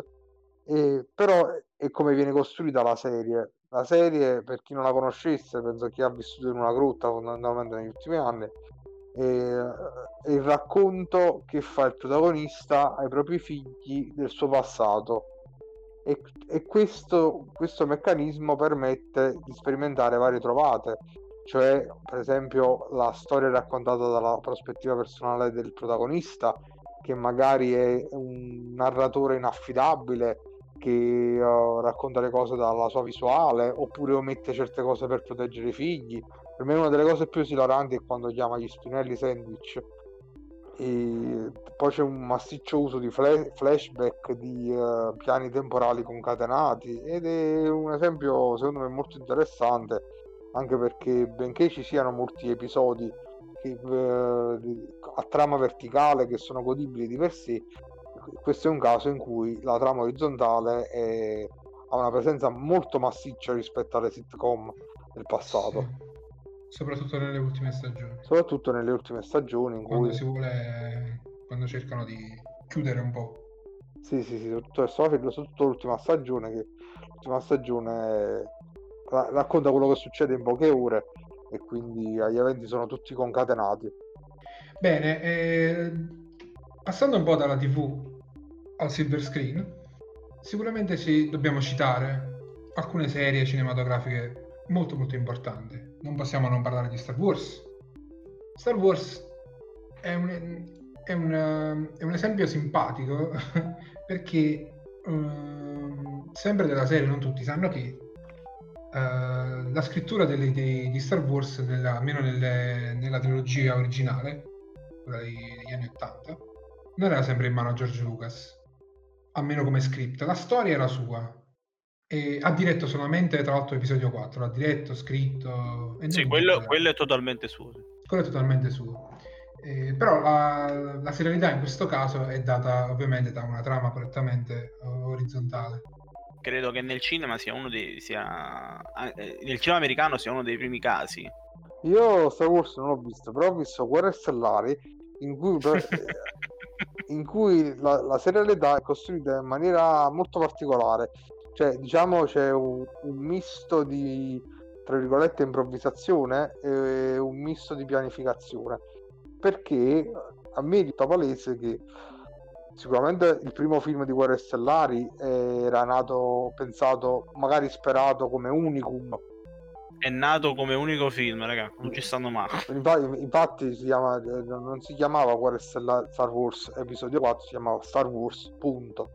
e però è come viene costruita la serie. La serie, per chi non la conoscesse, penso chi ha vissuto in una grotta fondamentalmente negli ultimi anni, è, è il racconto che fa il protagonista ai propri figli del suo passato, e, e questo, questo meccanismo permette di sperimentare varie trovate, cioè per esempio la storia raccontata dalla prospettiva personale del protagonista, che magari è un narratore inaffidabile che uh, racconta le cose dalla sua visuale, oppure omette certe cose per proteggere i figli. Per me una delle cose più esilaranti è quando chiama gli spinelli sandwich, E poi c'è un massiccio uso di fle- flashback, di uh, piani temporali concatenati, ed è un esempio secondo me molto interessante, anche perché benché ci siano molti episodi che, uh, a trama verticale che sono godibili di per sé, questo è un caso in cui la trama orizzontale è, ha una presenza molto massiccia rispetto alle sitcom del passato. Sì. Soprattutto nelle ultime stagioni. Soprattutto nelle ultime stagioni in quando cui si vuole, quando cercano di chiudere un po'. Sì, sì, sì, soprattutto, soprattutto l'ultima stagione, che l'ultima stagione ra- racconta quello che succede in poche ore e quindi gli eventi sono tutti concatenati. Bene, eh, passando un po' dalla tivù al silver screen, sicuramente ci dobbiamo citare alcune serie cinematografiche molto molto importanti. Non possiamo non parlare di Star Wars. Star Wars è un, è un, è un esempio simpatico perché um, sempre della serie, non tutti sanno che uh, la scrittura delle, dei, di Star Wars, nella, almeno nelle, nella trilogia originale, quella degli anni ottanta, non era sempre in mano a George Lucas, almeno come script. La storia era sua. E ha diretto solamente, tra l'altro, episodio quattro, ha diretto, scritto e sì, non quello, tutto, quello è totalmente suo. quello è totalmente suo. Eh, però la, la serialità in questo caso è data ovviamente da una trama prettamente orizzontale. Credo che nel cinema sia uno dei sia eh, nel cinema americano sia uno dei primi casi. Io Star Wars non l'ho visto, però ho visto Guerre Stellari, in cui per, in cui la, la serialità è costruita in maniera molto particolare. Cioè, diciamo, c'è un, un misto di, tra virgolette, improvvisazione e un misto di pianificazione, perché a me risulta palese che sicuramente il primo film di Guerre Stellari era nato, pensato, magari sperato come unicum. È nato come unico film, raga, non ci stanno mai. Infatti, infatti si chiama, non si chiamava Guerre Stellari Star Wars episodio quattro, si chiamava Star Wars, punto.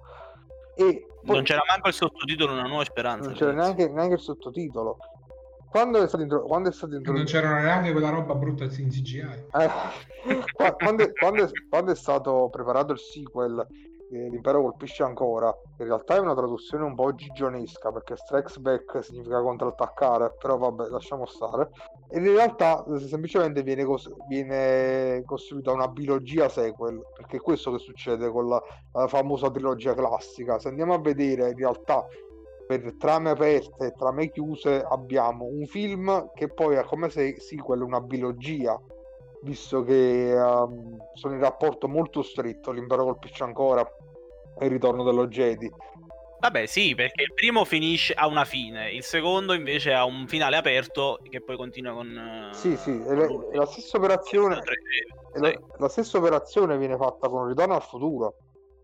E poi, non c'era manco il sottotitolo Una nuova speranza. Non c'era neanche, neanche il sottotitolo. Quando è stato, intro- quando è stato introdotto... Non c'era neanche quella roba brutta in C G I. Eh, quando, è, quando, è, quando è stato preparato il sequel, eh, L'Impero colpisce ancora, in realtà è una traduzione un po' gigionesca, perché Strikes Back significa contrattaccare, però vabbè, lasciamo stare. E in realtà semplicemente viene, cos- viene costruita una bilogia sequel, perché è questo che succede con la, la famosa trilogia classica. Se andiamo a vedere, in realtà, per trame aperte e trame chiuse abbiamo un film che poi è come se sequel una bilogia, visto che um, sono in rapporto molto stretto L'Impero colpisce ancora e Il ritorno dello Jedi. Vabbè, sì, perché il primo finisce a una fine, il secondo invece ha un finale aperto che poi continua con... Sì, sì, e le, e la stessa operazione e la, la stessa operazione viene fatta con Ritorno al futuro.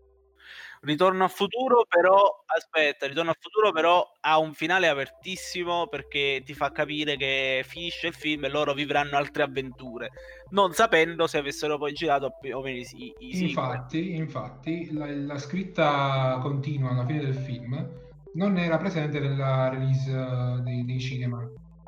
Ritorno al futuro però aspetta, Ritorno al futuro però ha un finale apertissimo, perché ti fa capire che finisce il film e loro vivranno altre avventure, non sapendo se avessero poi girato o i, i, i infatti, infatti la, la scritta continua alla fine del film non era presente nella release uh, dei, dei cinema,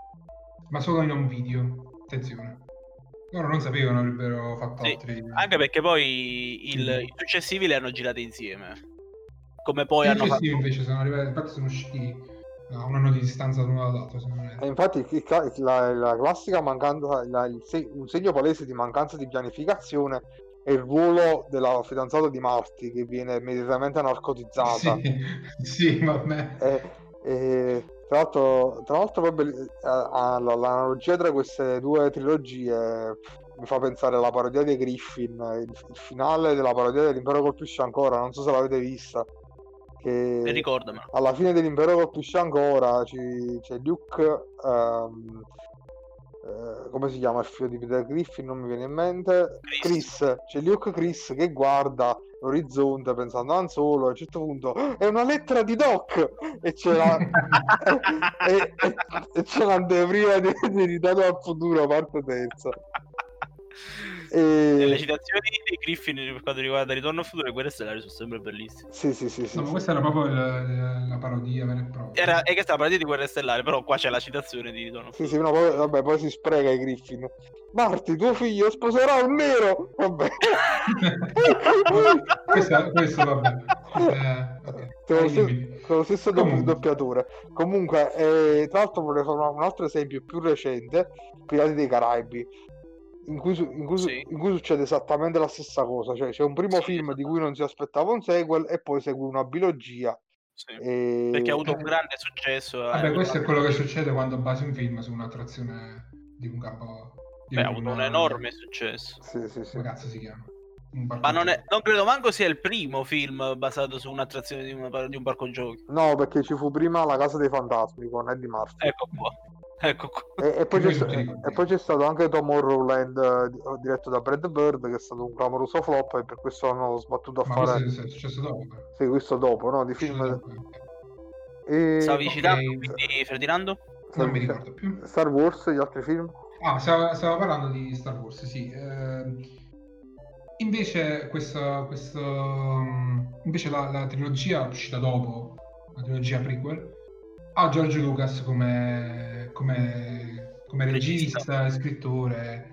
ma solo in un video. Attenzione, loro non sapevano, avrebbero fatto sì, altri, anche perché poi il, mm. i successivi li hanno girati insieme, come poi i hanno successivi fatto... invece sono arrivati, infatti sono usciti a un anno di distanza l'uno dall'altro, se non è. E infatti la, la classica mancanza, la, il se, un segno palese di mancanza di pianificazione è il ruolo della fidanzata di Marty, che viene immediatamente narcotizzata. Sì, sì, vabbè. E, e, tra l'altro, tra l'altro proprio, a, l'analogia tra queste due trilogie mi fa pensare alla parodia dei Griffin, il, il finale della parodia dell'Impero colpisce ancora, non so se l'avete vista, che ricordamelo. Alla fine dell'Impero colpisce ancora ci, c'è Luke, um, uh, come si chiama il figlio di Peter Griffin, non mi viene in mente, Chris, Chris. C'è Luke Chris che guarda l'orizzonte pensando a Han Solo, a un certo punto è una lettera di Doc e c'è la e, e, e c'è l'anteprima di, di Ritorno al futuro parte terza. E le E... citazioni dei Griffin per quanto riguarda Ritorno al futuro e Guerre Stellari sono sempre bellissime. Sì, sì, sì, sì, No, ma sì. questa era proprio la, la parodia vera e propria. Era, e che sta la parodia di Guerre Stellari, però qua c'è la citazione di Ritorno al Sì, futuro. sì, no, poi, vabbè, poi si spreca i Griffin. Marty, tuo figlio sposerà un nero. Vabbè. questo, questo vabbè. Eh, ok. Con lo, Ai stesso, limiti. con lo stesso Comunque. doppiatore. Comunque, eh, tra l'altro vorrei fare un altro esempio più recente, Pirati dei Caraibi, in cui, su- in cui, su- Sì. in cui succede esattamente la stessa cosa. Cioè c'è un primo Sì, film di esatto. cui non si aspettava un sequel e poi segue una bilogia. Sì. E... Perché ha avuto Eh, un grande successo. ha Vabbè, avuto questo è una- quello che succede quando basi un film su un'attrazione di un capo. Di Beh, un, ha avuto un enorme successo. Sì, sì, sì. Come cazzo si chiama? Un parco Ma non, è, giochi. non credo manco sia il primo film basato su un'attrazione di, una- di un parco giochi. No, perché ci fu prima La Casa dei Fantasmi con Eddie Murphy. Ecco qua. Ecco qua. E, e, poi Che c'è, noi tutti sta- ricordiamo. e poi c'è stato anche Tomorrowland eh, di- diretto da Brad Bird, che è stato un clamoroso flop e per questo hanno sbattuto a Ma fare. questo è, è successo dopo. però. Sì, questo dopo, no? Di È uscito film. dopo, eh. E... Stavi ok. citando quindi Ferdinando? Non mi ricordo più. Star Wars, gli altri film? Ah, stavo, stavo parlando di Star Wars, sì. Eh, invece questo, questo invece la, la trilogia uscita dopo, la trilogia prequel, ha George Lucas come, come, come regista, Regista. e scrittore,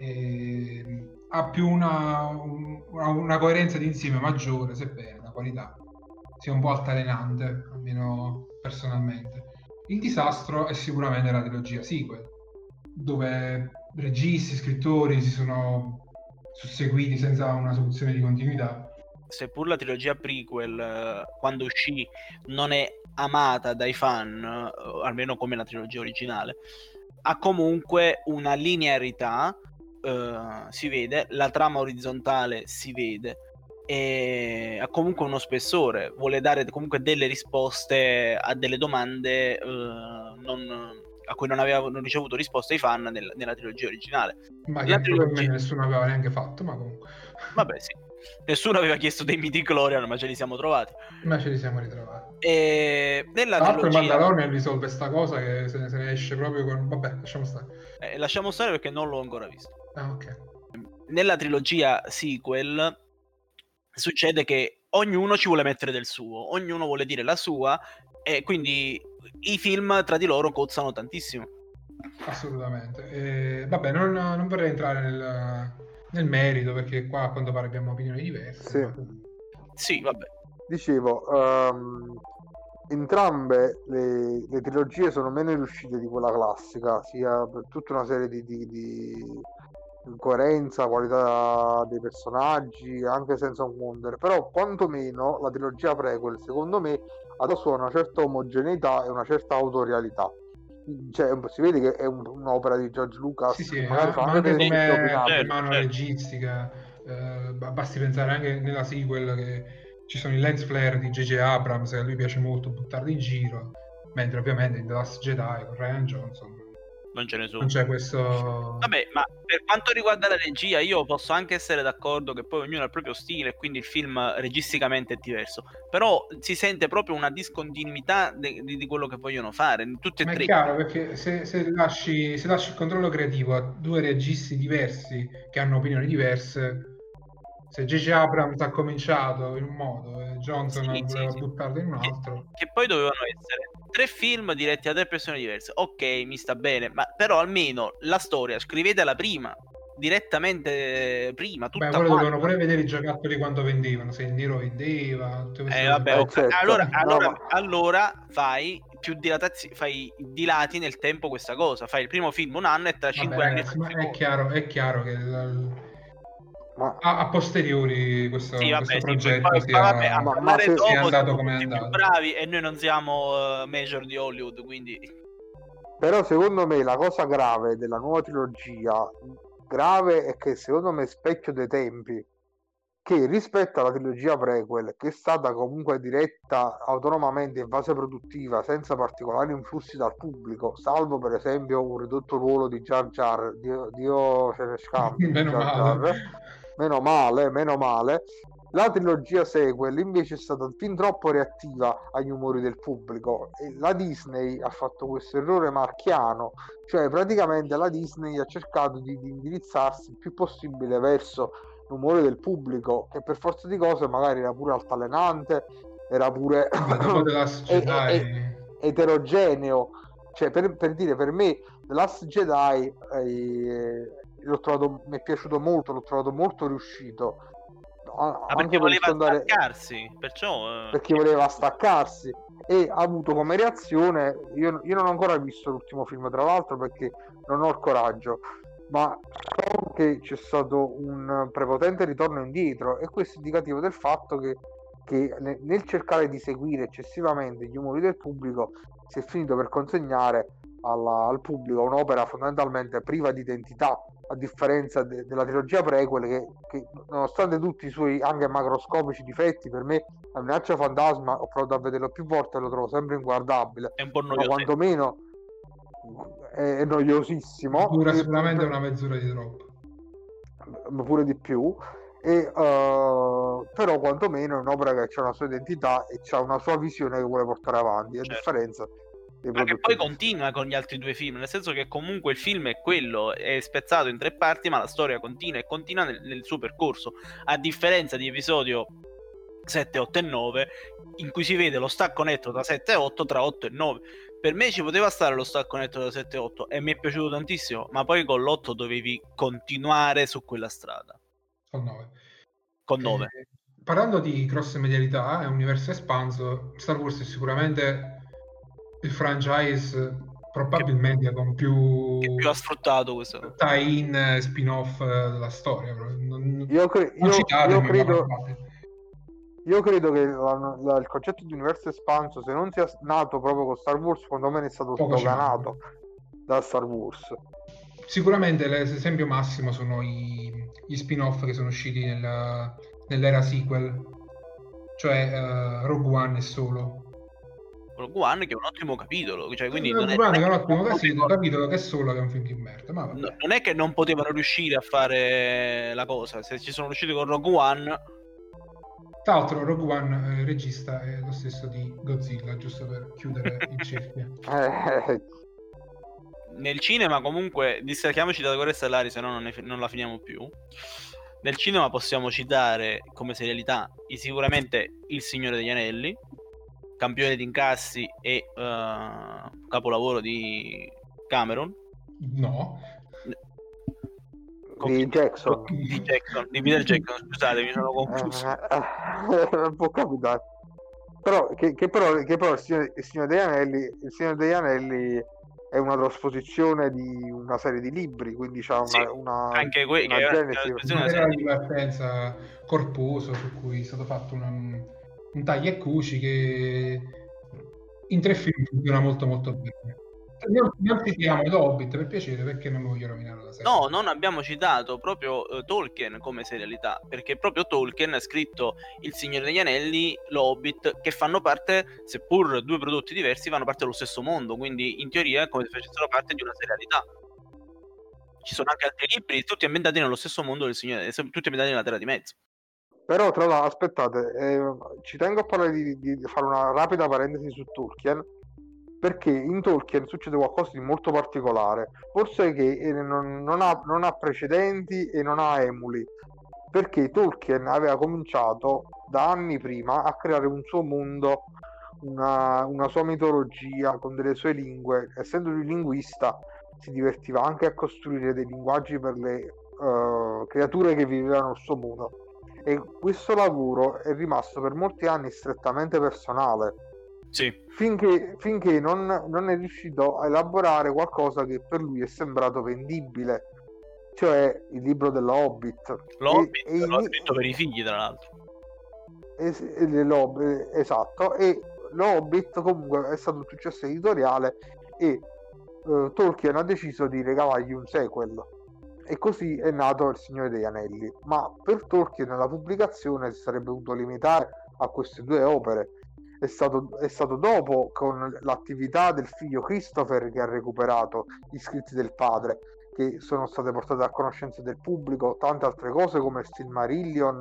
e ha più una, un- una, una coerenza di insieme maggiore, sebbene la qualità sia un po' altalenante, almeno personalmente. Il disastro è sicuramente la trilogia sequel, dove registi, scrittori si sono susseguiti senza una soluzione di continuità. Seppur la trilogia prequel, eh, quando uscì, non è amata dai fan, eh, almeno come la trilogia originale, ha comunque una linearità, eh, si vede, la trama orizzontale si vede, e ha comunque uno spessore, vuole dare comunque delle risposte a delle domande eh, non, a cui non avevano ricevuto risposte i fan nel, nella trilogia originale. Ma La che probabilmente trilogia... nessuno aveva neanche fatto, ma comunque. Vabbè, sì. Nessuno aveva chiesto dei midi-chlorian, ma ce li siamo trovati. Ma ce li siamo ritrovati. E nella Tra l'altro il trilogia... Mandalorian risolve sta cosa che se ne, se ne esce proprio con... Vabbè, lasciamo stare. Eh, lasciamo stare perché non l'ho ancora visto. Ah, ok. Nella trilogia sequel succede che ognuno ci vuole mettere del suo, ognuno vuole dire la sua, e quindi i film tra di loro cozzano tantissimo. Assolutamente. E, vabbè, non, non vorrei entrare nel, nel merito perché qua a quanto pare abbiamo opinioni diverse. Sì. Ma comunque. Sì, vabbè. Dicevo, ehm, entrambe le, le trilogie sono meno riuscite di quella classica, sia per tutta una serie di, di, di coerenza, qualità dei personaggi, anche senza un wonder, però quantomeno la trilogia prequel secondo me ha da sua una certa omogeneità e una certa autorialità. Cioè, si vede che è un, un'opera di George Lucas, Sì, sì, che magari ma, fa ma anche anche delle scelte come opinabili. certo, mano certo. registica, eh, ba- basti pensare anche nella sequel che ci sono i lens flare di J J Abrams e a lui piace molto buttarli in giro, mentre ovviamente in The Last Jedi con Ryan Johnson Non ce ne sono. non c'è questo... Vabbè, ma per quanto riguarda la regia, io posso anche essere d'accordo che poi ognuno ha il proprio stile e quindi il film registicamente è diverso. Però si sente proprio una discontinuità de- di, di quello che vogliono fare, in tutti e Ma è tre. chiaro, perché se, se lasci, se lasci il controllo creativo a due registi diversi che hanno opinioni diverse, se J J Abrams ha cominciato in un modo e Johnson Sì, sì, voleva sì. buttarlo in un Che, altro, che poi dovevano essere tre film diretti da tre persone diverse. Ok, mi sta bene, ma però almeno la storia scrivetela prima, direttamente prima, tutta beh, quello quanta. dovevano pure vedere i giocattoli quando vendevano, se il nero vendeva, tutte queste Eh, cose vabbè, qua. ok. certo. allora, No, allora, ma- allora fai più dilatazio- fai dilati nel tempo questa cosa. Fai il primo film un anno e tra cinque Vabbè, anni ragazzi, fai ma il è secondo. chiaro, è chiaro che il- Ma, a, a posteriori questo, Sì, vabbè, questo sì, poi, progetto poi- sia, vabbè, a Ma- ma parlare se- sia dopo andato siamo come è tutti più andato. bravi e noi non siamo uh, major di Hollywood, quindi però secondo me la cosa grave della nuova trilogia, grave è che secondo me è specchio dei tempi, che rispetto alla trilogia prequel, che è stata comunque diretta autonomamente in fase produttiva senza particolari influssi dal pubblico, salvo per esempio un ridotto ruolo di Jar Jar, Dio, Dio ce ne scampi di Meno Jar male. Jar, meno male, meno male. La trilogia sequel invece è stata fin troppo reattiva agli umori del pubblico e la Disney ha fatto questo errore marchiano, cioè praticamente la Disney ha cercato di, di indirizzarsi il più possibile verso l'umore del pubblico, che per forza di cose magari era pure altalenante, era pure Vabbè, dopo The Last e- Jedi, e- e- eterogeneo. Cioè, per, per dire, per me The Last Jedi eh, l'ho trovato, mi è piaciuto molto, l'ho trovato molto riuscito. A- Ma perché anche per voleva rispondere, staccarsi, perciò... eh, perché voleva staccarsi e ha avuto come reazione, io, io non ho ancora visto l'ultimo film tra l'altro perché non ho il coraggio, ma so che c'è stato un prepotente ritorno indietro e questo è indicativo del fatto che, che ne- nel cercare di seguire eccessivamente gli umori del pubblico si è finito per consegnare alla- al pubblico un'opera fondamentalmente priva di identità, a differenza de- della trilogia prequel che, che nonostante tutti i suoi anche macroscopici difetti, per me la minaccia fantasma ho provato a vederlo più volte e lo trovo sempre inguardabile, È un po' ma noioso. quantomeno è, è noiosissimo dura e sicuramente per- una mezz'ora di troppo. ma pure di più e uh, però quantomeno è un'opera che ha una sua identità e ha una sua visione che vuole portare avanti, a Certo. differenza dei Ma che prodotti poi Disney. continua con gli altri due film, nel senso che comunque il film è quello, è spezzato in tre parti, ma la storia continua e continua nel, nel suo percorso, a differenza di episodio sette, otto e nove, in cui si vede lo stacco netto da sette e otto tra otto e nove. Per me ci poteva stare lo stacco netto da sette e otto e mi è piaciuto tantissimo, ma poi con l'otto dovevi continuare su quella strada. Con nove. Con nove. Eh, parlando di cross medialità e universo espanso, Star Wars è sicuramente il franchise probabilmente con più, Che più ha sfruttato questo? tie-in eh, spin-off eh, della storia. Non, Io, cre- non io, citatemi, io ma credo guardate. io credo che la- la- il concetto di universo espanso, se non sia nato proprio con Star Wars, secondo me è stato Poco ci sdoganato manca. da Star Wars. Sicuramente l'esempio massimo sono i, gli spin-off che sono usciti nella- nell'era sequel, cioè eh, Rogue One e Solo. Rogue One che è un ottimo capitolo, cioè quindi non Rogue è, One non è che è un che ottimo non casino, potevano- capito che Solo che è un film di merda, ma vabbè. no, non è che non potevano riuscire a fare la cosa, se ci sono riusciti con Rogue One. Tra l'altro Rogue One, eh, il regista è lo stesso di Godzilla, giusto per chiudere il cerchio. Eh, Nel cinema comunque distacchiamoci da Guerre Stellari, se no non, ne- non la finiamo più. Nel cinema possiamo citare come serialità i- sicuramente Il Signore degli Anelli, campione di incassi e eh, capolavoro di Cameron, No. Con- di Jackson. di Jackson, di Peter Jackson, scusate, mi sono confuso. Eh, eh, può capitare. Però, che, che però, che però il, Signore, il Signore degli Anelli, il Signore degli Anelli è una trasposizione di una serie di libri, quindi c'ha una, Sì, una, anche que- una che è una- genesi. una Un versione materiale serie- di partenza corposo su cui è stato fatto una- un taglia e cuci che in tre film funziona molto molto bene. Non, non citiamo l'Hobbit per piacere perché non mi voglio rovinare la serie. No, non abbiamo citato proprio eh, Tolkien come serialità, perché proprio Tolkien ha scritto Il Signore degli Anelli, l'Hobbit, che fanno parte, seppur due prodotti diversi, fanno parte dello stesso mondo, quindi in teoria è come se facessero parte di una serialità. Ci sono anche altri libri, tutti ambientati nello stesso mondo del Signore, tutti ambientati nella Terra di Mezzo. Però tra l'altro, aspettate, eh, ci tengo a parlare di, di fare una rapida parentesi su Tolkien, perché in Tolkien succede qualcosa di molto particolare, forse che eh, non, non ha, non ha precedenti e non ha emuli, perché Tolkien aveva cominciato da anni prima a creare un suo mondo, una, una sua mitologia con delle sue lingue. Essendo lui linguista, si divertiva anche a costruire dei linguaggi per le uh, creature che vivevano nel suo mondo. E questo lavoro è rimasto per molti anni strettamente personale. Sì. Finché, finché non, non è riuscito a elaborare qualcosa che per lui è sembrato vendibile, cioè il libro dell'Hobbit. L'Hobbit E- e l'ho i- scritto per i figli, tra l'altro. Es- e l'Hob- esatto, e l'Hobbit comunque è stato un successo editoriale e eh, Tolkien ha deciso di regalargli un sequel e così è nato Il Signore degli Anelli. Ma per Tolkien la pubblicazione si sarebbe dovuto limitare a queste due opere. È stato, è stato dopo, con l'attività del figlio Christopher, che ha recuperato gli scritti del padre, che sono state portate a conoscenza del pubblico, tante altre cose come il Silmarillion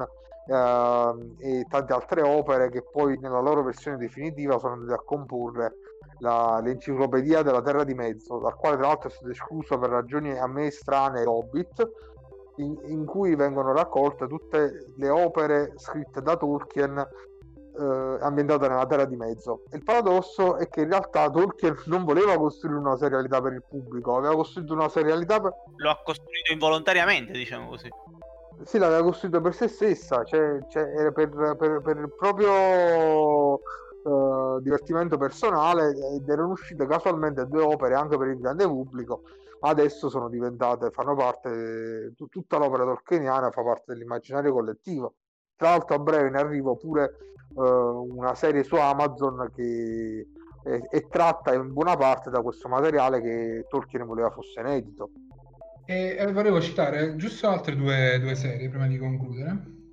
uh, e tante altre opere che poi nella loro versione definitiva sono andate a comporre la, l'enciclopedia della Terra di Mezzo, dal quale tra l'altro è stato escluso per ragioni a me strane Hobbit, in, in cui vengono raccolte tutte le opere scritte da Tolkien eh, ambientate nella Terra di Mezzo. Il paradosso è che in realtà Tolkien non voleva costruire una serialità per il pubblico, aveva costruito una serialità per... Lo ha costruito involontariamente, diciamo così. Sì, l'aveva costruito per se stessa, cioè, cioè per, per, per il proprio uh, divertimento personale, ed erano uscite casualmente due opere anche per il grande pubblico, ma adesso sono diventate, fanno parte, t- tutta l'opera tolkieniana fa parte dell'immaginario collettivo. Tra l'altro a breve in arrivo pure uh, una serie su Amazon che è, è tratta in buona parte da questo materiale che Tolkien voleva fosse inedito. E, e volevo citare giusto altre due, due serie prima di concludere,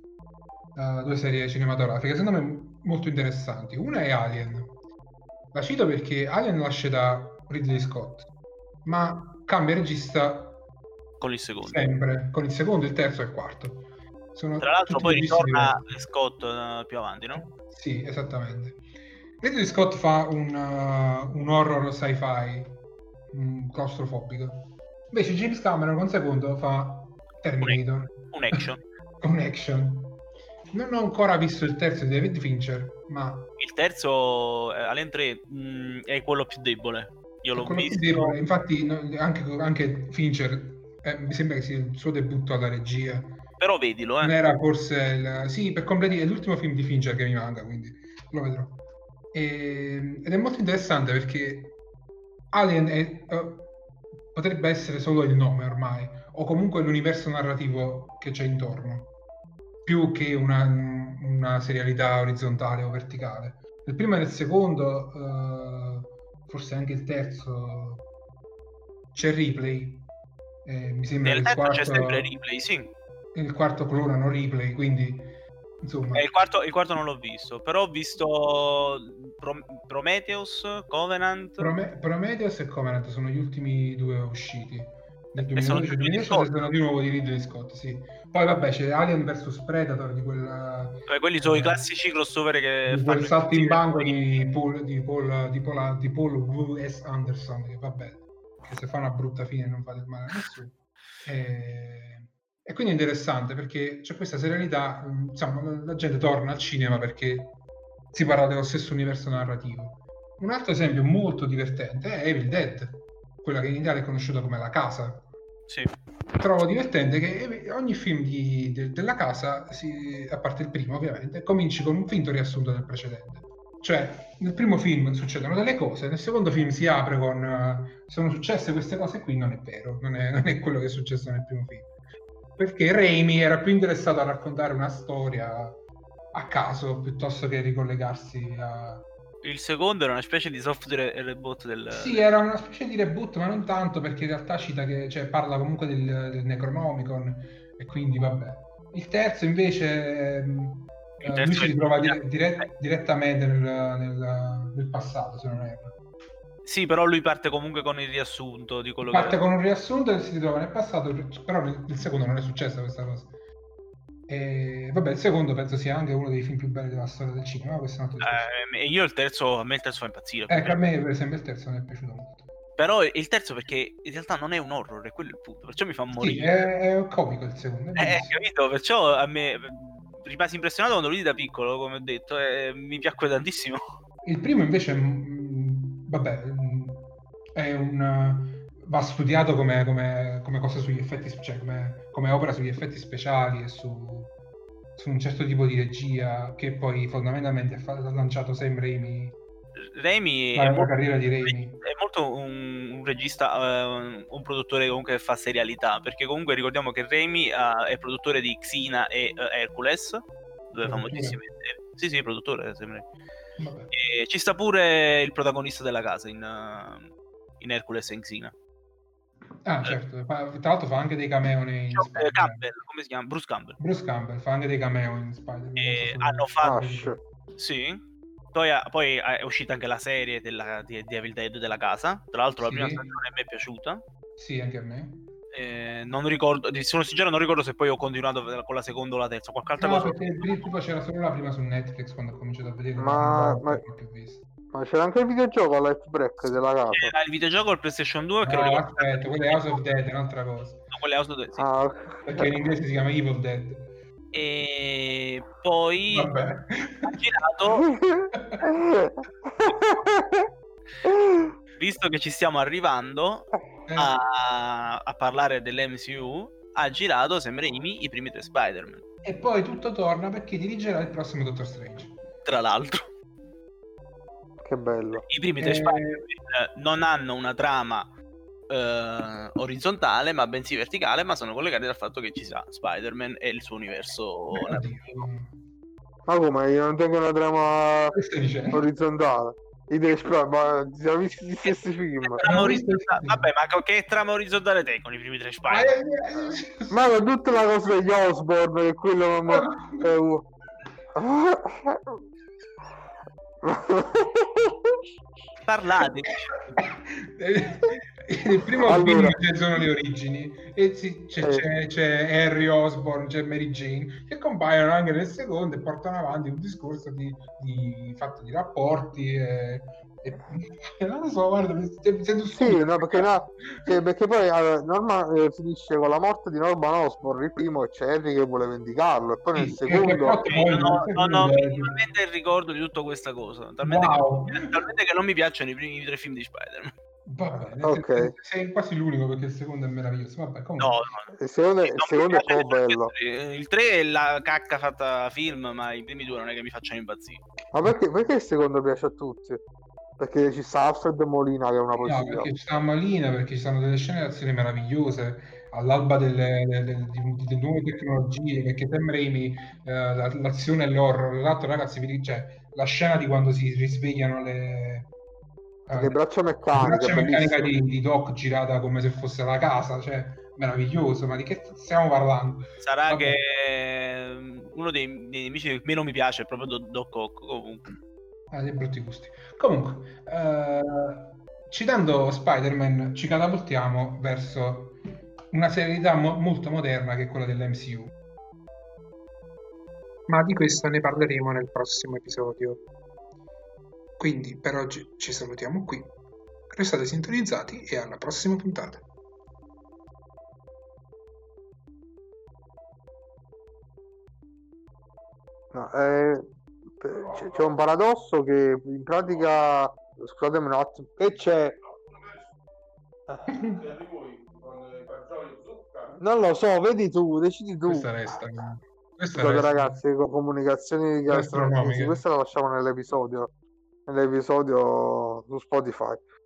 uh, due serie cinematografiche secondo me molto interessanti. Una è Alien, la cito perché Alien nasce da Ridley Scott, ma cambia regista con il secondo, sempre, con il secondo, il terzo e il quarto. Sono tra l'altro tutti poi registi ritorna diversi. Scott uh, più avanti, no? Sì, esattamente. Ridley Scott fa un, uh, un horror sci-fi um, claustrofobico. Invece James Cameron con secondo fa Terminator. Un, un action. un action. Non ho ancora visto il terzo di David Fincher, ma... Il terzo, eh, Alien tre, mh, è quello più debole. Io l'ho quello visto. più debole. Infatti no, anche, anche Fincher, eh, mi sembra che sia il suo debutto alla regia. Però vedilo, eh. Non era forse... Il... Sì, per completi è l'ultimo film di Fincher che mi manca, quindi lo vedrò. E... Ed è molto interessante perché Alien è... Uh, potrebbe essere solo il nome ormai, o comunque l'universo narrativo che c'è intorno, più che una, una serialità orizzontale o verticale. Nel primo e nel secondo, uh, forse anche il terzo, c'è Ripley. Eh, mi sembra Nel che il terzo quarto, c'è sempre Ripley, sì. Il quarto clonano Ripley, quindi insomma. Eh, il, quarto, il quarto non l'ho visto, però ho visto Pro- Prometheus, Covenant. Prome- Prometheus e Covenant sono gli ultimi due usciti nel duemiladodici. Sono, sono di nuovo di Ridley Scott, sì. Poi vabbè c'è Alien versus Predator di quella. Beh, quelli sono eh, i classici crossover che di fanno quel salto in banco di Paul, di Paul, di Paul, di Paul W S. Anderson, che vabbè, che se fa una brutta fine non fa del male a nessuno. E... E quindi è interessante perché c'è questa serialità, insomma, la gente torna al cinema perché si parla dello stesso universo narrativo. Un altro esempio molto divertente è Evil Dead, quella che in Italia è conosciuta come La Casa. Sì. Trovo divertente che ogni film di, de, della Casa, si, a parte il primo ovviamente, cominci con un finto riassunto del precedente. Cioè, nel primo film succedono delle cose, nel secondo film si apre con uh, sono successe queste cose qui, non è vero, non è, non è quello che è successo nel primo film. Perché Raimi era più interessato a raccontare una storia a caso piuttosto che ricollegarsi a... Il secondo era una specie di software reboot del... Sì, era una specie di reboot, ma non tanto, perché in realtà cita che, cioè, parla comunque del, del Necronomicon, e quindi vabbè. Il terzo invece ehm, Il eh, terzo lui si è- ritrova dire- dire- direttamente nel, nel, nel passato, se non erro. Sì, però lui parte comunque con il riassunto di quello Parte che... con un riassunto e si ritrova nel passato, però nel, nel secondo non è successa questa cosa. E vabbè, il secondo penso sia anche uno dei film più belli della storia del cinema, questo è un altro discorso. Eh, e io il terzo, a me il terzo fa impazzire. Ecco, a me per esempio il terzo mi è piaciuto molto. Però il terzo perché in realtà non è un horror, è quello il punto, perciò mi fa Sì, morire. è, è comico il secondo, è Eh, bellissimo. capito? Perciò a me rimasi impressionato quando lo vidi da piccolo, come ho detto, e mi piacque tantissimo. Il primo invece, mh, vabbè, mh, è un... va studiato come, come, come cosa sugli effetti, cioè come, come opera sugli effetti speciali e su, su un certo tipo di regia che poi fondamentalmente ha lanciato Sam Raimi, Raimi la, è la molto, carriera di Raimi. è molto un, un regista, uh, un produttore comunque che fa serialità, perché comunque ricordiamo che Raimi uh, è produttore di Xena e uh, Hercules, due famosissime. Sì, sì, produttore, sembra. Vabbè. E ci sta pure il protagonista della casa in, uh, in Hercules e in Xena. Ah, certo, fa, tra l'altro fa anche dei cameo nei Cioè, Spider-Man. Campbell, come si chiama? Bruce Campbell. Bruce Campbell fa anche dei cameo in Spider-Man. E So hanno fatto... Ash. Sì. Poi, poi è uscita anche la serie della, di, di Evil Dead della casa. Tra l'altro sì. La prima stagione a me è piaciuta. Sì, anche a me. Eh, non ricordo, sono sincero, non ricordo se poi ho continuato con la seconda o la terza, qualche altra No, cosa. perché tipo c'era solo la prima su Netflix quando ho cominciato a vedere, Ma, ma, che ho visto. ma c'era anche il videogioco Life Break della casa. C'era il videogioco al PlayStation due che No, lo ricordo. aspetta, quello è House of Dead, è un'altra cosa. No, quello è House of Dead, sì. Ah, Perché in inglese si chiama Evil Dead. E poi Vabbè. ha girato, visto che ci stiamo arrivando Eh, a, a parlare dell'M C U, ha girato Sam Raimi i primi tre Spider-Man, E poi tutto torna perché dirigerà il prossimo Doctor Strange. tra l'altro. Che bello. I primi tre Eh, Spider-Man non hanno una trama eh, orizzontale, ma bensì verticale, ma sono collegati dal fatto che ci sia Spider-Man e il suo universo narrativo. Ma come? Io non tengo una trama Che stai dicendo? orizzontale. I dei Spra- ma ti siamo visti gli stessi film. Trama ho orizzontale- visto- Vabbè, ma co- che trama orizzontale te con i primi tre Ma Spider-Man? è- Ma con tutta la cosa degli Osborne, che quello non... eh, uh. Parlate. Nel primo Allora. film ci sono le origini e si- c'è, Eh. c'è- c'è Harry Osborn, c'è Mary Jane che compaiono anche nel secondo e portano avanti un discorso di, di fatto di rapporti e, e- non lo so, guarda, mi mi sento Sì, stupido. no, perché, no, che- perché poi allora, Norman eh, finisce con la morte di Norman Osborn, il primo, e c'è Harry che vuole vendicarlo, e poi nel Sì, che- che secondo... fatto poi Non ho, nel non ho secondo è- minimamente il ricordo di tutta questa cosa, talmente, Wow. che, talmente che non mi piacciono i primi tre film di Spider-Man. Vabbè, nel Ok. senso, sei quasi l'unico perché il secondo è meraviglioso. Vabbè, No, comunque. no. Il secondo, Non il mi secondo è piace proprio bello. nessuno. Il tre è la cacca fatta film, ma i primi due non è che mi facciano impazzire. Ma perché, perché il secondo piace a tutti? Perché ci sta Alfred Molina che è una No, poesia. perché ci sta Malina, perché ci stanno delle scene d'azione meravigliose all'alba delle, delle- di- di nuove tecnologie, perché Sam Raimi, eh, la- l'azione e l'horror, l'altro ragazzi, vi dico, cioè, la scena di quando si risvegliano le, eh, Le braccia la meccaniche, braccia meccanica bellissimo. di, di Doc girata come se fosse la casa, cioè, meraviglioso, ma di che stiamo parlando? Sarà Vabbè. che ehm, uno dei, dei nemici che meno mi piace è proprio Do- Doc Ock, comunque. Ah, dei brutti gusti. Comunque, eh, citando Spider-Man, ci catapultiamo verso una serialità mo- molto moderna che è quella dell'M C U. Ma di questo ne parleremo nel prossimo episodio. Quindi per oggi ci salutiamo qui. Restate sintonizzati e alla prossima puntata. No, eh, c'è, c'è un paradosso che in pratica, scusatemi un attimo, che c'è... Non lo so, vedi tu, decidi tu. Questa resta. Questa Scusate resta. ragazzi, con comunicazioni gastronomiche, Gastronomiche. questa la lasciamo nell'episodio, nell'episodio su Spotify.